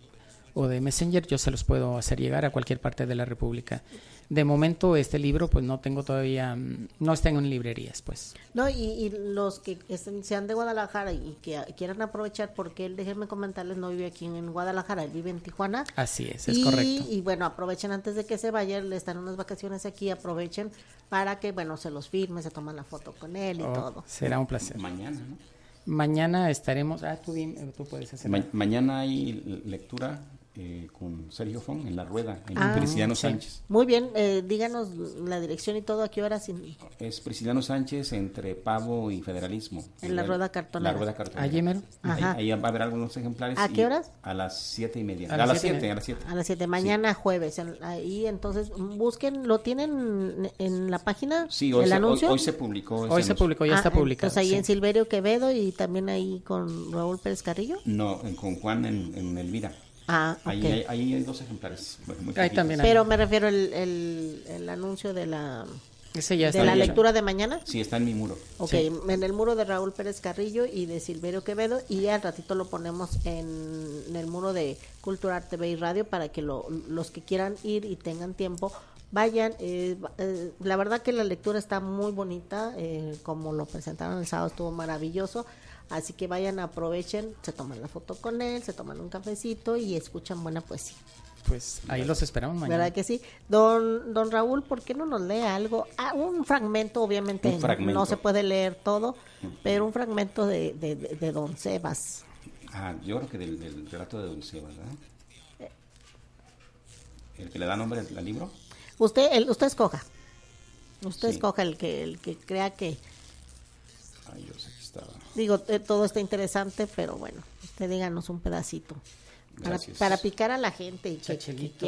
o de Messenger, yo se los puedo hacer llegar a cualquier parte de la República. De momento este libro pues no tengo todavía, no está en librerías pues. No, y los que sean de Guadalajara y que quieran aprovechar, porque él, déjenme comentarles, no vive aquí en Guadalajara, él vive en Tijuana. Así es correcto. Y bueno, aprovechen antes de que se vayan, le están unas vacaciones aquí, aprovechen para que, bueno, se los firme, se toman la foto con él y todo. Será un placer. Mañana, ¿no? Mañana estaremos, tú puedes hacer. Mañana hay lectura con Sergio Fon en La Rueda, en Prisciliano Sánchez. Muy bien, díganos la dirección y todo, ¿a qué hora? Es Prisciliano Sánchez entre Pavo y Federalismo. En la Rueda Cartonera. La Rueda Cartonera. Allí mero. Ahí va a haber algunos ejemplares. ¿A qué horas? A las 7:30. A las 7. A las 7, mañana jueves. Ahí entonces busquen, ¿lo tienen en la página? Sí, ¿El anuncio? Hoy se publicó. Hoy se publicó, ya está publicado. Entonces ahí en Silverio Quevedo y también ahí con Raúl Pérez Carrillo. No, con Juan en Elvira. Okay. Ahí hay 2 ejemplares. Bueno, ahí también hay. Pero me refiero el anuncio de la... Ese ya está ¿De la bien. lectura de mañana? Sí, está en mi muro. Ok, sí. En el muro de Raúl Pérez Carrillo y de Silverio Quevedo, y al ratito lo ponemos en el muro de Cultura, TV y Radio para que los que quieran ir y tengan tiempo vayan. La verdad que la lectura está muy bonita, como lo presentaron el sábado estuvo maravilloso, así que vayan, aprovechen, se toman la foto con él, se toman un cafecito y escuchan buena poesía. Pues ahí los esperamos mañana. ¿Verdad que sí? Don Raúl, ¿por qué no nos lee algo? Un fragmento, obviamente no se puede leer todo, pero un fragmento de Don Sebas. Yo creo que del relato de Don Sebas, ¿verdad? ¿El que le da nombre al libro? Usted escoja. Usted Sí. escoja el que crea que... Yo sé que estaba. Digo, todo está interesante, pero bueno, usted díganos un pedacito. Gracias. Para picar a la gente y que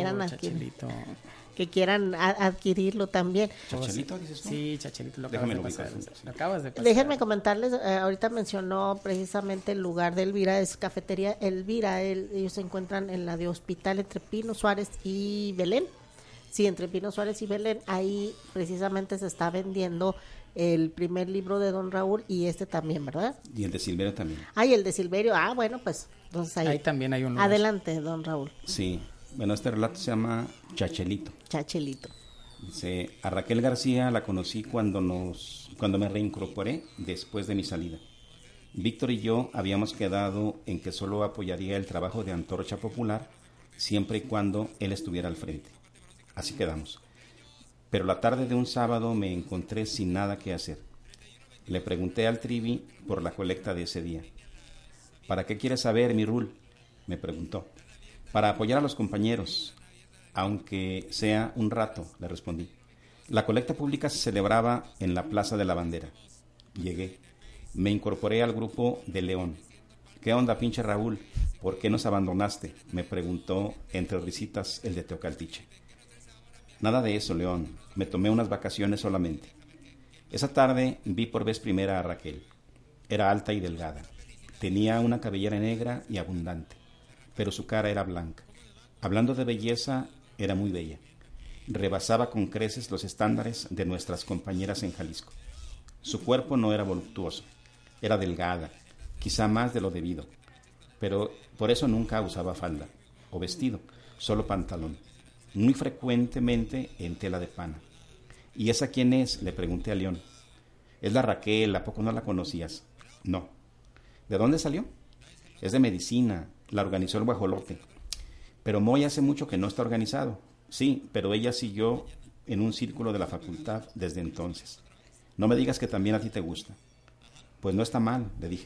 quieran adquirirlo también. ¿Chachelito dices tú? Sí, Chachelito, lo Déjame acabas de ubicar. pasar. Lo acabas de pasar. Déjenme comentarles, ahorita mencionó precisamente el lugar de Elvira, es Cafetería Elvira, ellos se encuentran en la de Hospital entre Pino Suárez y Belén. Sí, entre Pino Suárez y Belén, ahí precisamente se está vendiendo el primer libro de Don Raúl y este también, ¿verdad? Y el de Silverio también. Y el de Silverio, bueno, pues entonces Ahí también hay un lugar. Adelante, Don Raúl. Sí, bueno, este relato se llama Chachelito. Chachelito. Dice, a Raquel García la conocí cuando me reincorporé después de mi salida. Víctor y yo habíamos quedado en que solo apoyaría el trabajo de Antorcha Popular siempre y cuando él estuviera al frente. Así quedamos. Pero la tarde de un sábado me encontré sin nada que hacer. Le pregunté al Trivi por la colecta de ese día. ¿Para qué quieres saber, mi Rul?, me preguntó. Para apoyar a los compañeros, aunque sea un rato, le respondí. La colecta pública se celebraba en la Plaza de la Bandera. Llegué. Me incorporé al grupo de León. ¿Qué onda, pinche Raúl? ¿Por qué nos abandonaste?, me preguntó entre risitas el de Teocaltiche. Nada de eso, León. Me tomé unas vacaciones solamente. Esa tarde vi por vez primera a Raquel. Era alta y delgada. Tenía una cabellera negra y abundante, pero su cara era blanca. Hablando de belleza, era muy bella. Rebasaba con creces los estándares de nuestras compañeras en Jalisco. Su cuerpo no era voluptuoso. Era delgada, quizá más de lo debido. Pero por eso nunca usaba falda o vestido, solo pantalón. Muy frecuentemente en tela de pana. ¿Y esa quién es?, le pregunté a León. Es la Raquel, ¿a poco no la conocías? No. ¿De dónde salió? Es de medicina, la organizó el guajolote. Pero Moy hace mucho que no está organizado. Sí, pero ella siguió en un círculo de la facultad desde entonces. No me digas que también a ti te gusta. Pues no está mal, le dije.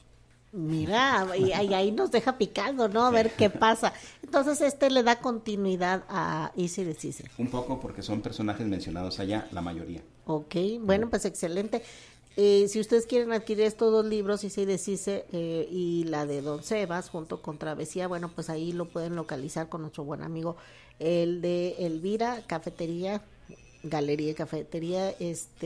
Mira, y ahí nos deja picando, ¿no? A ver qué pasa. Entonces le da continuidad a Easy Deshice. Un poco porque son personajes mencionados allá, la mayoría. Ok, bueno, pues excelente. Si ustedes quieren adquirir estos 2 libros, Easy Deshice y la de Don Sebas, junto con Travesía, bueno, pues ahí lo pueden localizar con nuestro buen amigo, el de Elvira, Cafetería, Galería y Cafetería,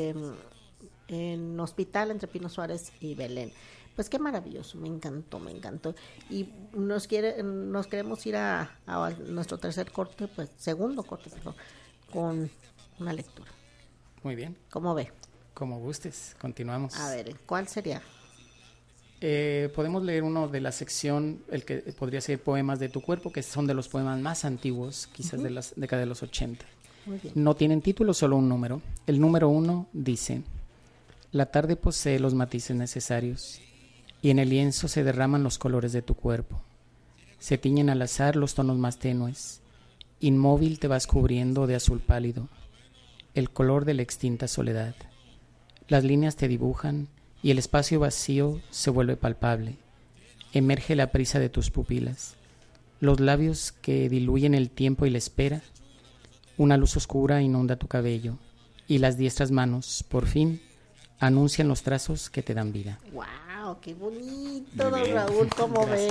en Hospital entre Pino Suárez y Belén. Pues qué maravilloso, me encantó. Y nos queremos ir a nuestro segundo corte, con una lectura. Muy bien. ¿Cómo ve? Como gustes, continuamos. A ver, ¿cuál sería? Podemos leer uno de la sección, el que podría ser Poemas de tu cuerpo, que son de los poemas más antiguos, quizás de la década de los 80. Muy bien. No tienen título, solo un número. El número 1 dice: la tarde posee los matices necesarios y en el lienzo se derraman los colores de tu cuerpo. Se tiñen al azar los tonos más tenues. Inmóvil te vas cubriendo de azul pálido, el color de la extinta soledad. Las líneas te dibujan y el espacio vacío se vuelve palpable. Emerge la prisa de tus pupilas, los labios que diluyen el tiempo y la espera. Una luz oscura inunda tu cabello y las diestras manos, por fin, anuncian los trazos que te dan vida. ¡Wow! ¡Qué bonito, don Raúl! ¿Cómo ve?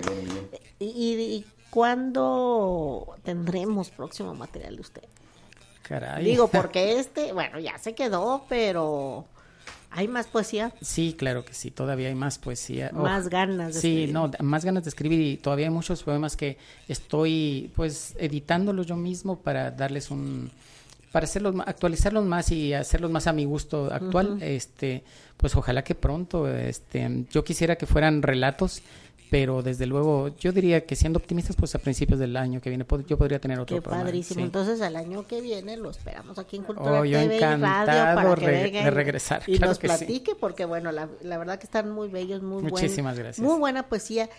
¿Y cuándo tendremos próximo material de usted? Caray. Digo, porque bueno, ya se quedó, pero ¿hay más poesía? Sí, claro que sí, todavía hay más poesía. Más ganas de escribir. Sí, no, más ganas de escribir, y todavía hay muchos poemas que estoy pues editándolos yo mismo para darles para hacerlos, actualizarlos más y hacerlos más a mi gusto actual. Pues ojalá que pronto, yo quisiera que fueran relatos, pero desde luego yo diría que, siendo optimistas, pues a principios del año que viene yo podría tener otro poema. Qué padrísimo. Sí. Entonces el año que viene lo esperamos aquí en Cultura yo TV y Radio encantado para que de regresar. Y claro nos que platique, porque bueno, la verdad que están muy bellos, Muchísimas gracias. Muy buena poesía.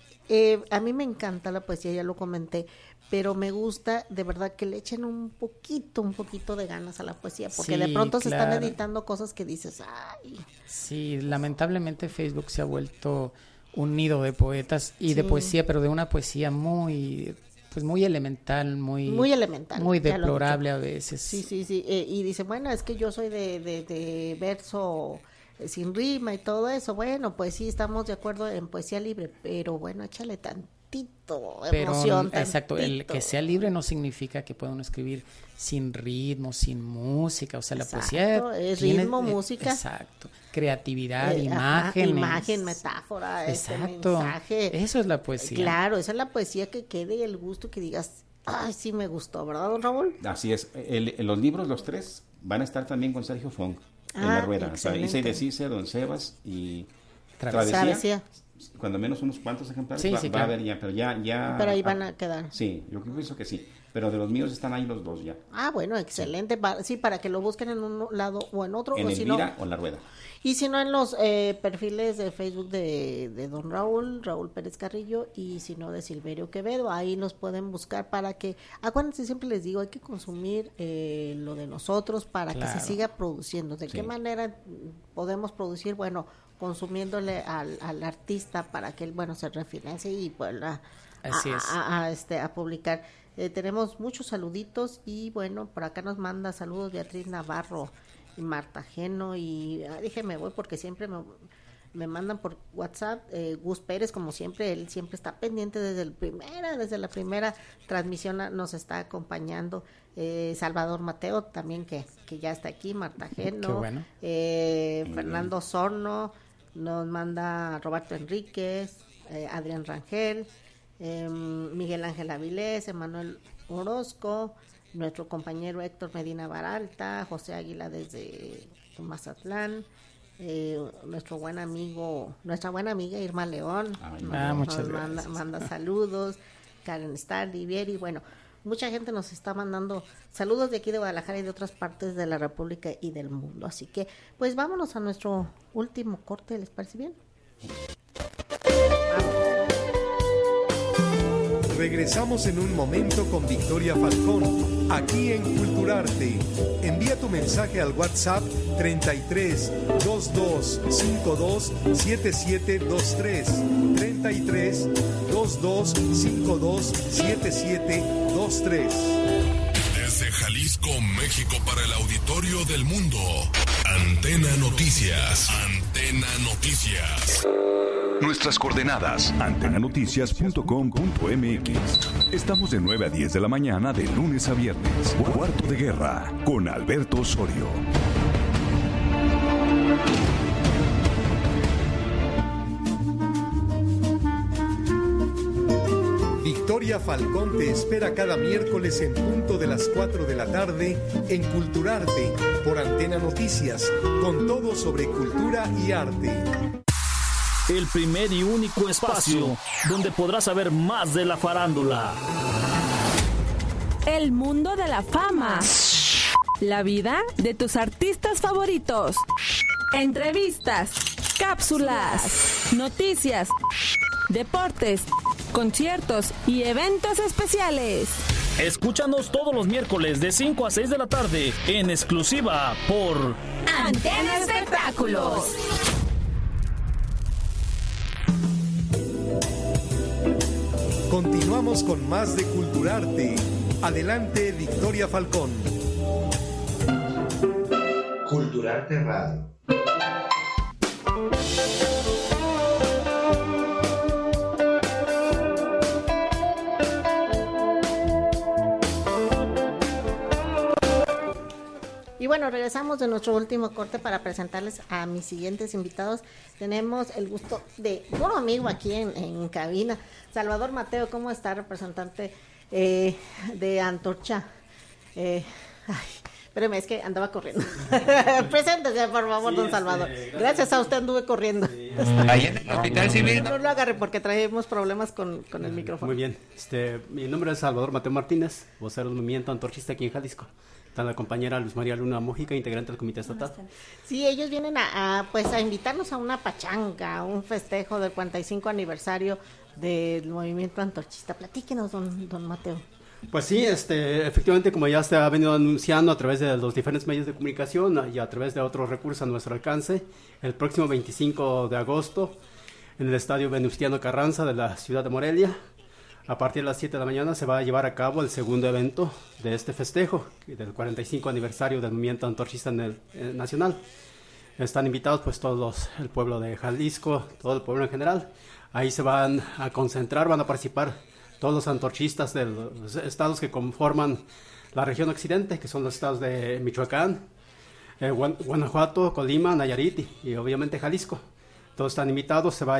A mí me encanta la poesía, ya lo comenté, pero me gusta de verdad que le echen un poquito de ganas a la poesía, porque de pronto se están editando cosas que dices, ay. Sí, lamentablemente Facebook se ha vuelto un nido de poetas y de poesía, pero de una poesía muy elemental, muy deplorable a veces. Sí, y dice, bueno, es que yo soy de verso sin rima y todo eso. Bueno, pues sí, estamos de acuerdo en poesía libre, pero bueno, échale tantito emoción. Exacto, el que sea libre no significa que pueda uno escribir sin ritmo, sin música. O sea, la poesía es ritmo, música. Exacto, creatividad, imagen, metáfora, exacto, mensaje. Eso es la poesía. Claro, esa es la poesía, que quede el gusto, que digas, ay, sí me gustó, ¿verdad, don Raúl? Así es. Los libros, los tres, van a estar también con Sergio Fong en la rueda. O sea, Hice y Deshice, Don Sebas y Travesía. Cuando menos unos cuantos ejemplares va a haber ya, pero ya... Pero ahí van a quedar. Sí, yo pienso que sí. Pero de los míos están ahí los dos ya. Ah, bueno, excelente. Sí, para que lo busquen en un lado o en otro. En Elvira o en la rueda. Y si no, en los perfiles de Facebook de don Raúl Pérez Carrillo, y si no, de Silverio Quevedo, ahí los pueden buscar para que, acuérdense, siempre les digo, hay que consumir lo de nosotros para que se siga produciendo. ¿De qué manera podemos producir? Bueno, consumiéndole al artista para que él, se refinancie y vuelva a publicar. Tenemos muchos saluditos y bueno, por acá nos manda saludos Beatriz Navarro y Marta Geno, y dije me voy porque siempre me mandan por WhatsApp. Gus Pérez, como siempre, él siempre está pendiente desde la primera transmisión, nos está acompañando. Salvador Mateo también, que ya está aquí. Marta Geno. Qué bueno. Fernando Sorno nos manda, Roberto Enríquez, Adrián Rangel, Miguel Ángel Avilés, Emanuel Orozco, nuestro compañero Héctor Medina Baralta, José Águila desde Mazatlán, nuestra buena amiga Irma León, muchas gracias. Manda saludos, Karen Stardy, Vieri, bueno, mucha gente nos está mandando saludos de aquí de Guadalajara y de otras partes de la República y del mundo, así que pues vámonos a nuestro último corte, ¿les parece bien? Regresamos en un momento con Victoria Falcón, aquí en Culturarte. Envía tu mensaje al WhatsApp 33 22 52 7723. 33 22 52 7723. Desde Jalisco, México, para el auditorio del mundo. Antena Noticias. Antena Noticias. Nuestras coordenadas, antenanoticias.com.mx. Estamos de 9 a 10 de la mañana de lunes a viernes. Cuarto de Guerra con Alberto Osorio. Victoria Falcón te espera cada miércoles en punto de las 4 de la tarde en Culturarte por Antena Noticias, con todo sobre cultura y arte. el primer y único espacio donde podrás saber más de la farándula. El mundo de la fama. La vida de tus artistas favoritos. Entrevistas, cápsulas, noticias, deportes, conciertos y eventos especiales. Escúchanos todos los miércoles de 5 a 6 de la tarde en exclusiva por Antena Espectáculos. Continuamos con más de Culturarte. Adelante, Victoria Falcón. Culturarte Radio. Y bueno, regresamos de nuestro último corte para presentarles a mis siguientes invitados. Tenemos el gusto de un amigo aquí en cabina, Salvador Mateo. ¿Cómo está, representante de Antorcha? Espérame, es que andaba corriendo. Preséntese, por favor, don Salvador. Gracias a usted anduve corriendo. Ahí en el Hospital Civil. No lo agarre porque traemos problemas con el micrófono. Muy bien. Mi nombre es Salvador Mateo Martínez, vocero del movimiento antorchista aquí en Jalisco. Está la compañera Luz María Luna Mójica, integrante del Comité Estatal. Sí, ellos vienen a invitarnos a una pachanga, un festejo del 45 aniversario del movimiento antorchista. Platíquenos, don Mateo. Pues sí, efectivamente, como ya se ha venido anunciando a través de los diferentes medios de comunicación y a través de otros recursos a nuestro alcance, el próximo 25 de agosto, en el Estadio Venustiano Carranza de la ciudad de Morelia, a partir de las 7 de la mañana se va a llevar a cabo el segundo evento de este festejo, del 45 aniversario del movimiento antorchista nacional. Están invitados pues el pueblo de Jalisco, todo el pueblo en general. Ahí se van a concentrar, van a participar todos los antorchistas de los estados que conforman la región occidente, que son los estados de Michoacán, Guanajuato, Colima, Nayarit y obviamente Jalisco. Todos están invitados, se va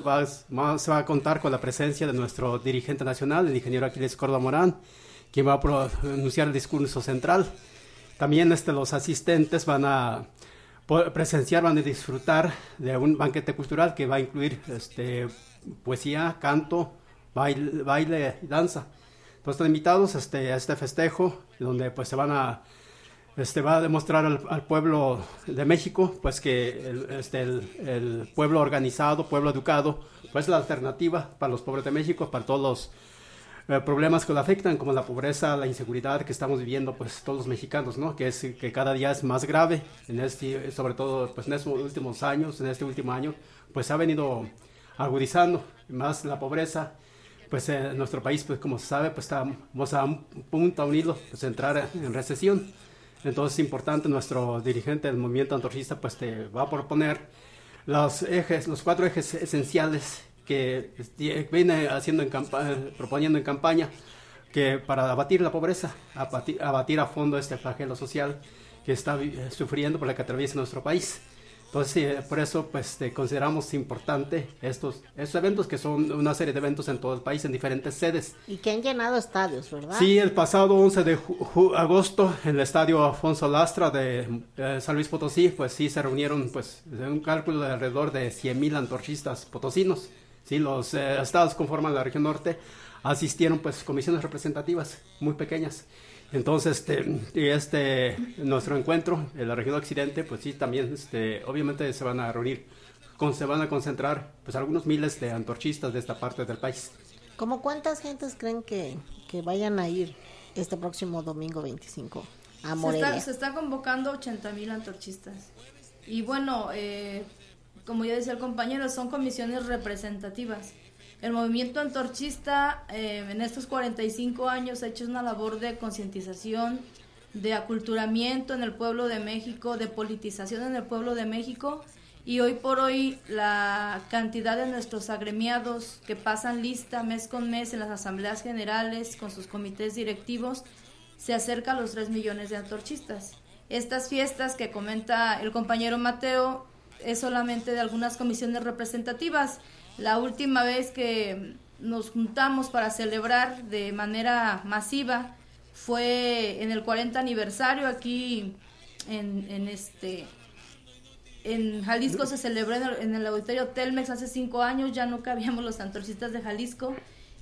a contar con la presencia de nuestro dirigente nacional, el ingeniero Aquiles Córdoba Morán, quien va a pronunciar el discurso central. También los asistentes van a presenciar, van a disfrutar de un banquete cultural que va a incluir poesía, canto, baile y danza. Todos están invitados a este festejo, donde pues se van a va a demostrar al pueblo de México pues que el pueblo organizado, pueblo educado, pues la alternativa para los pobres de México, para todos los problemas que lo afectan, como la pobreza, la inseguridad que estamos viviendo pues todos los mexicanos, ¿no? Que cada día es más grave, sobre todo pues en estos últimos años, en este último año, pues se ha venido agudizando más la pobreza. Pues en nuestro país, pues como se sabe, pues estamos a un punto, a un hilo, pues entrar en recesión. Entonces es importante, nuestro dirigente del movimiento antorchista pues te va a proponer los 4 ejes esenciales que viene proponiendo en campaña, que para abatir la pobreza, abatir a fondo este flagelo social que está sufriendo, por la que atraviesa nuestro país. Entonces, por eso pues consideramos importante estos eventos, que son una serie de eventos en todo el país, en diferentes sedes. Y que han llenado estadios, ¿verdad? Sí, el pasado 11 de agosto, en el estadio Afonso Lastra de San Luis Potosí, pues sí se reunieron pues un cálculo de alrededor de 100,000 antorchistas potosinos. Sí, los estados que conforman la región norte asistieron pues comisiones representativas muy pequeñas. Entonces, nuestro encuentro en la región occidente, pues sí, también, obviamente se van a reunir, se van a concentrar, pues algunos miles de antorchistas de esta parte del país. ¿Cómo cuántas gentes creen que vayan a ir este próximo domingo 25 a Morelia? Se está convocando 80,000 antorchistas. Y bueno, como ya decía el compañero, son comisiones representativas. El movimiento antorchista en estos 45 años ha hecho una labor de concientización, de aculturamiento en el pueblo de México, de politización en el pueblo de México, y hoy por hoy la cantidad de nuestros agremiados que pasan lista mes con mes en las asambleas generales con sus comités directivos se acerca a los 3 millones de antorchistas. Estas fiestas que comenta el compañero Mateo es solamente de algunas comisiones representativas. La última vez que nos juntamos para celebrar de manera masiva fue en el 40 aniversario aquí en en Jalisco se celebró en el auditorio Telmex hace 5 años, ya no cabíamos los antorchistas de Jalisco.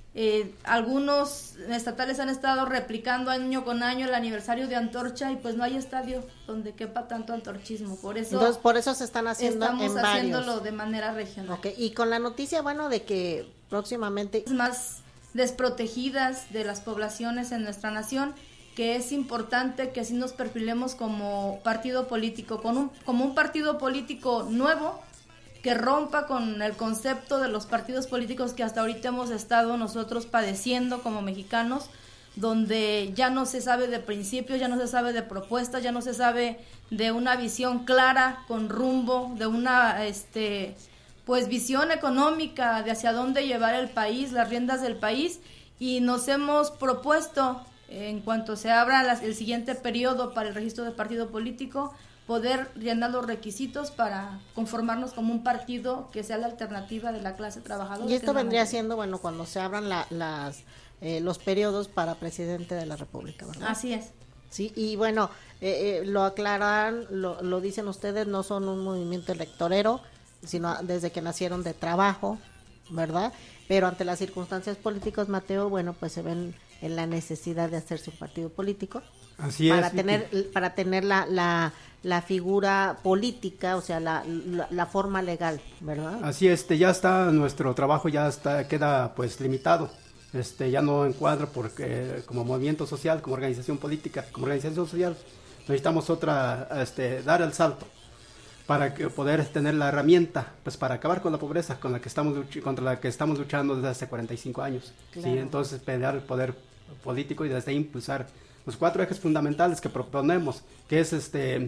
Algunos estatales han estado replicando año con año el aniversario de Antorcha y pues no hay estadio donde quepa tanto antorchismo. Por eso se están haciendo estamos haciéndolo de manera regional. Okay. Y con la noticia, bueno, de que próximamente más desprotegidas de las poblaciones en nuestra nación, que es importante que así nos perfilemos como partido político, como un partido político nuevo, que rompa con el concepto de los partidos políticos que hasta ahorita hemos estado nosotros padeciendo como mexicanos, donde ya no se sabe de principios, ya no se sabe de propuestas, ya no se sabe de una visión clara, con rumbo, de una pues visión económica de hacia dónde llevar el país, las riendas del país, y nos hemos propuesto, en cuanto se abra el siguiente periodo para el registro de partido político, poder llenar los requisitos para conformarnos como un partido que sea la alternativa de la clase trabajadora. Y esto vendría siendo, bueno, cuando se abran los periodos para presidente de la República, ¿verdad? Así es. Sí, y bueno, lo aclaran, lo dicen ustedes, no son un movimiento electorero, sino desde que nacieron de trabajo, ¿verdad? Pero ante las circunstancias políticas, Mateo, bueno, pues se ven en la necesidad de hacerse un partido político. Así para es. Para tener la figura política, o sea, la forma legal, ¿verdad? Así es, ya está, nuestro trabajo queda pues limitado. Ya no encuadra porque como movimiento social, como organización política, como organización social, necesitamos dar el salto para poder tener la herramienta pues para acabar con la pobreza contra la que estamos luchando desde hace 45 años. Claro. Sí, entonces pelear el poder político y desde ahí impulsar los 4 ejes fundamentales que proponemos, que es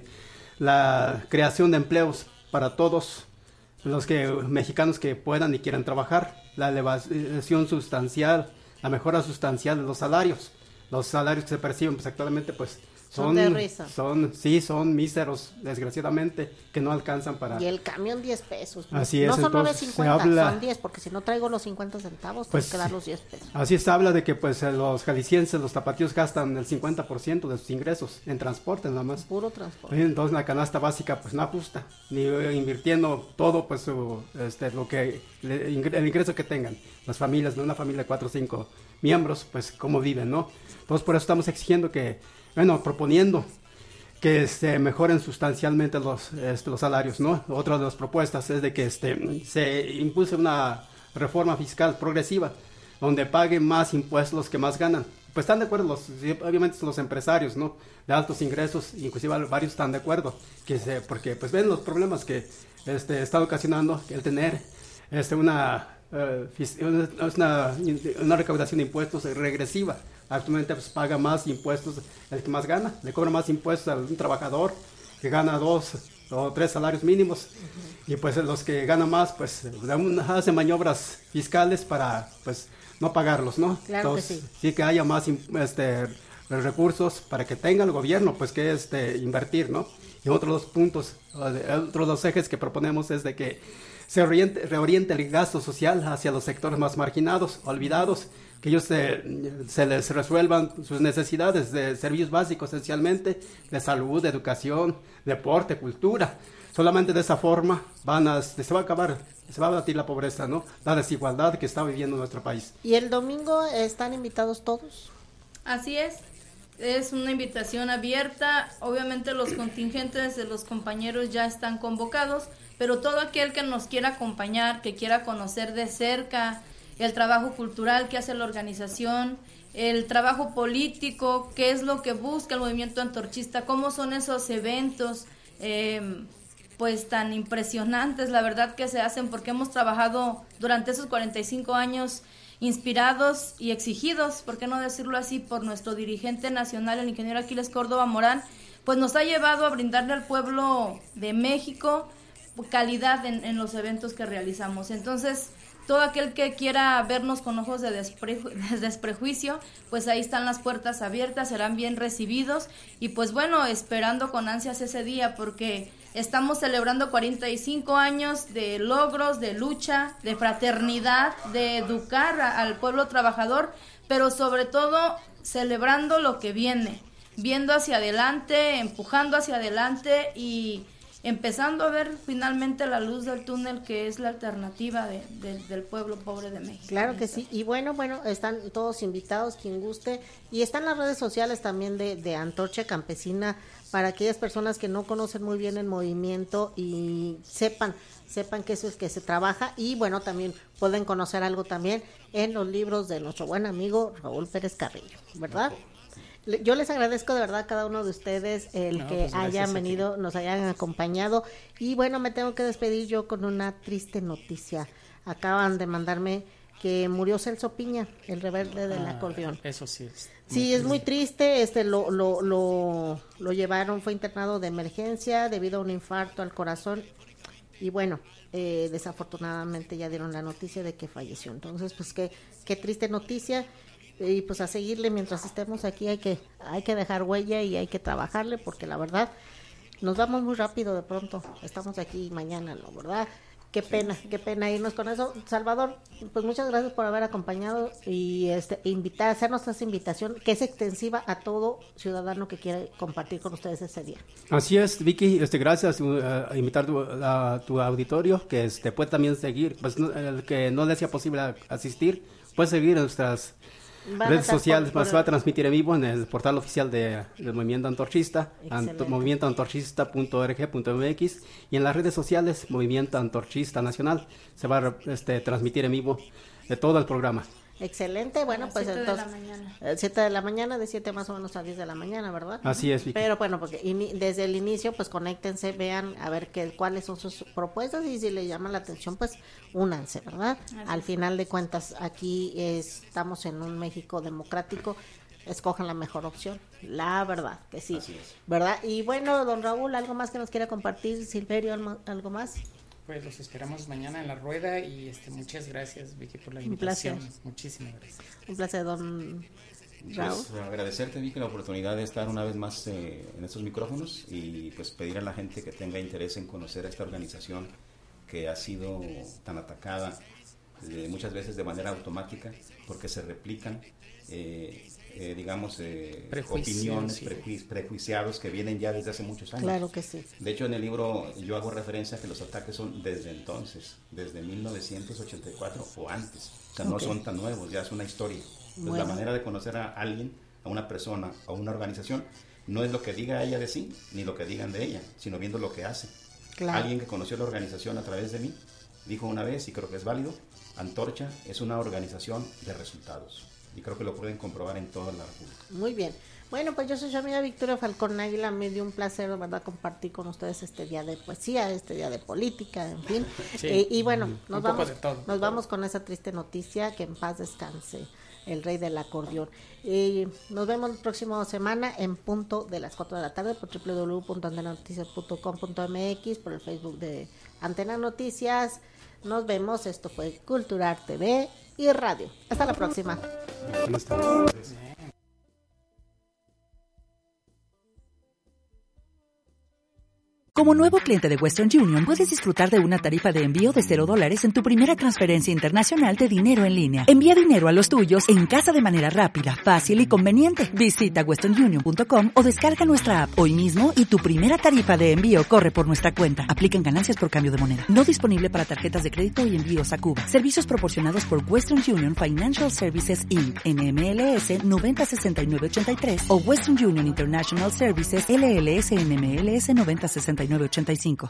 la creación de empleos para todos los mexicanos que puedan y quieran trabajar, la elevación sustancial, la mejora sustancial de los salarios que se perciben pues actualmente pues son de risa. Son míseros, desgraciadamente, que no alcanzan para... Y el camión 10 pesos. Pues. Así es, no son 9.50, son 10, porque si no traigo los 50 centavos, pues, tengo que dar los 10 pesos. Así se habla de que pues los jaliscienses, los tapatíos gastan el 50% de sus ingresos en transporte nada más. Puro transporte. Entonces la canasta básica pues no ajusta, ni invirtiendo todo pues el ingreso que tengan las familias, de una familia de 4 o 5 miembros, pues cómo viven, ¿no? Entonces por eso estamos exigiendo proponiendo que se mejoren sustancialmente los salarios, ¿no? Otra de las propuestas es de que se impulse una reforma fiscal progresiva donde paguen más impuestos los que más ganan. Pues están de acuerdo obviamente los empresarios, ¿no? De altos ingresos, inclusive varios están de acuerdo porque pues ven los problemas que está ocasionando el tener una recaudación de impuestos regresiva. Actualmente pues paga más impuestos el que más gana, le cobra más impuestos a un trabajador que gana 2 o 3 salarios mínimos, y pues los que ganan más pues hacen maniobras fiscales para pues no pagarlos, ¿no? Claro. Entonces, que sí que haya más recursos para que tenga el gobierno pues que invertir, ¿no? Y otros puntos, otros 2 ejes que proponemos es de que se reoriente el gasto social hacia los sectores más marginados, olvidados, que ellos se les resuelvan sus necesidades de servicios básicos, esencialmente, de salud, de educación, deporte, cultura. Solamente de esa forma se va a abatir la pobreza, ¿no? La desigualdad que está viviendo nuestro país. ¿Y el domingo están invitados todos? Así es una invitación abierta. Obviamente los contingentes de los compañeros ya están convocados, pero todo aquel que nos quiera acompañar, que quiera conocer de cerca el trabajo cultural que hace la organización, el trabajo político, qué es lo que busca el movimiento antorchista, cómo son esos eventos pues tan impresionantes, la verdad, que se hacen, porque hemos trabajado durante esos 45 años inspirados y exigidos, por qué no decirlo así, por nuestro dirigente nacional, el ingeniero Aquiles Córdoba Morán, pues nos ha llevado a brindarle al pueblo de México calidad en los eventos que realizamos. Entonces, todo aquel que quiera vernos con ojos de desprejuicio, pues ahí están las puertas abiertas, serán bien recibidos, y pues bueno, esperando con ansias ese día, porque estamos celebrando 45 años de logros, de lucha, de fraternidad, de educar al pueblo trabajador, pero sobre todo celebrando lo que viene, viendo hacia adelante, empujando hacia adelante y empezando a ver finalmente la luz del túnel, que es la alternativa del pueblo pobre de México. Claro que sí, y bueno, están todos invitados, quien guste, y están las redes sociales también de Antorcha Campesina, para aquellas personas que no conocen muy bien el movimiento y sepan que eso es que se trabaja, y bueno, también pueden conocer algo también en los libros de nuestro buen amigo Raúl Pérez Carrillo, ¿verdad? Yo les agradezco de verdad a cada uno de ustedes que hayan venido, nos hayan acompañado, y bueno, me tengo que despedir yo con una triste noticia. Acaban de mandarme que murió Celso Piña, el rebelde del acordeón. Eso sí es. Sí, es muy triste, lo llevaron, fue internado de emergencia debido a un infarto al corazón, y bueno, desafortunadamente ya dieron la noticia de que falleció. Entonces, pues qué triste noticia, y pues a seguirle mientras estemos aquí, hay que dejar huella y hay que trabajarle, porque la verdad nos vamos muy rápido de pronto, estamos aquí mañana, ¿no? ¿Verdad? Qué pena irnos con eso. Salvador, pues muchas gracias por haber acompañado y hacernos esta invitación que es extensiva a todo ciudadano que quiera compartir con ustedes ese día. Así es, Vicky, gracias a invitar a tu auditorio, que puede también seguir, pues el que no le sea posible asistir, puede seguir en nuestras redes sociales, va a transmitir en vivo en el portal oficial del Movimiento Antorchista, movimientoantorchista.org.mx, y en las redes sociales Movimiento Antorchista Nacional. Se va a transmitir en vivo de todo el programa. Excelente, bueno, pues entonces 7 de la mañana, de 7 más o menos a 10 de la mañana, ¿verdad? Así es, Vicky. Pero bueno, porque desde el inicio, pues conéctense, vean a ver cuáles son sus propuestas, y si les llama la atención, pues únanse, ¿verdad? Al final de cuentas, aquí estamos en un México democrático, escojan la mejor opción, la verdad que sí, ¿verdad? Y bueno, don Raúl, ¿algo más que nos quiera compartir? Silverio, ¿algo más? Pues los esperamos mañana en la rueda, y muchas gracias, Vicky, por la invitación. Muchísimas gracias. Un placer, don Raúl. Pues agradecerte, Vicky, la oportunidad de estar una vez más en estos micrófonos, y pues pedir a la gente que tenga interés en conocer a esta organización que ha sido tan atacada muchas veces de manera automática, porque se replican opiniones, prejuiciados que vienen ya desde hace muchos años. Claro que sí. De hecho, en el libro yo hago referencia a que los ataques son desde entonces, desde 1984 o antes. O sea, no son tan nuevos, ya es una historia. Entonces, la manera de conocer a alguien, a una persona, a una organización, no es lo que diga ella de sí, ni lo que digan de ella, sino viendo lo que hace. Claro. Alguien que conoció la organización a través de mí dijo una vez, y creo que es válido: Antorcha es una organización de resultados. Y creo que lo pueden comprobar en toda la República. Muy bien. Bueno, pues yo soy su amiga Victoria Falcón Águila. Me dio un placer, de verdad, compartir con ustedes este día de poesía, este día de política, en fin. Sí. Y bueno, nos vamos con esa triste noticia, que en paz descanse el rey del acordeón. Nos vemos la próxima semana en punto de las 4 de la tarde por www.antenanoticias.com.mx, por el Facebook de Antena Noticias. Nos vemos. Esto fue Culturar TV y Radio. Hasta la próxima. Buenas tardes. Como nuevo cliente de Western Union, puedes disfrutar de una tarifa de envío de $0 en tu primera transferencia internacional de dinero en línea. Envía dinero a los tuyos en casa de manera rápida, fácil y conveniente. Visita westernunion.com o descarga nuestra app hoy mismo y tu primera tarifa de envío corre por nuestra cuenta. Aplican ganancias por cambio de moneda. No disponible para tarjetas de crédito y envíos a Cuba. Servicios proporcionados por Western Union Financial Services Inc. NMLS 906983 o Western Union International Services LLS NMLS 906985.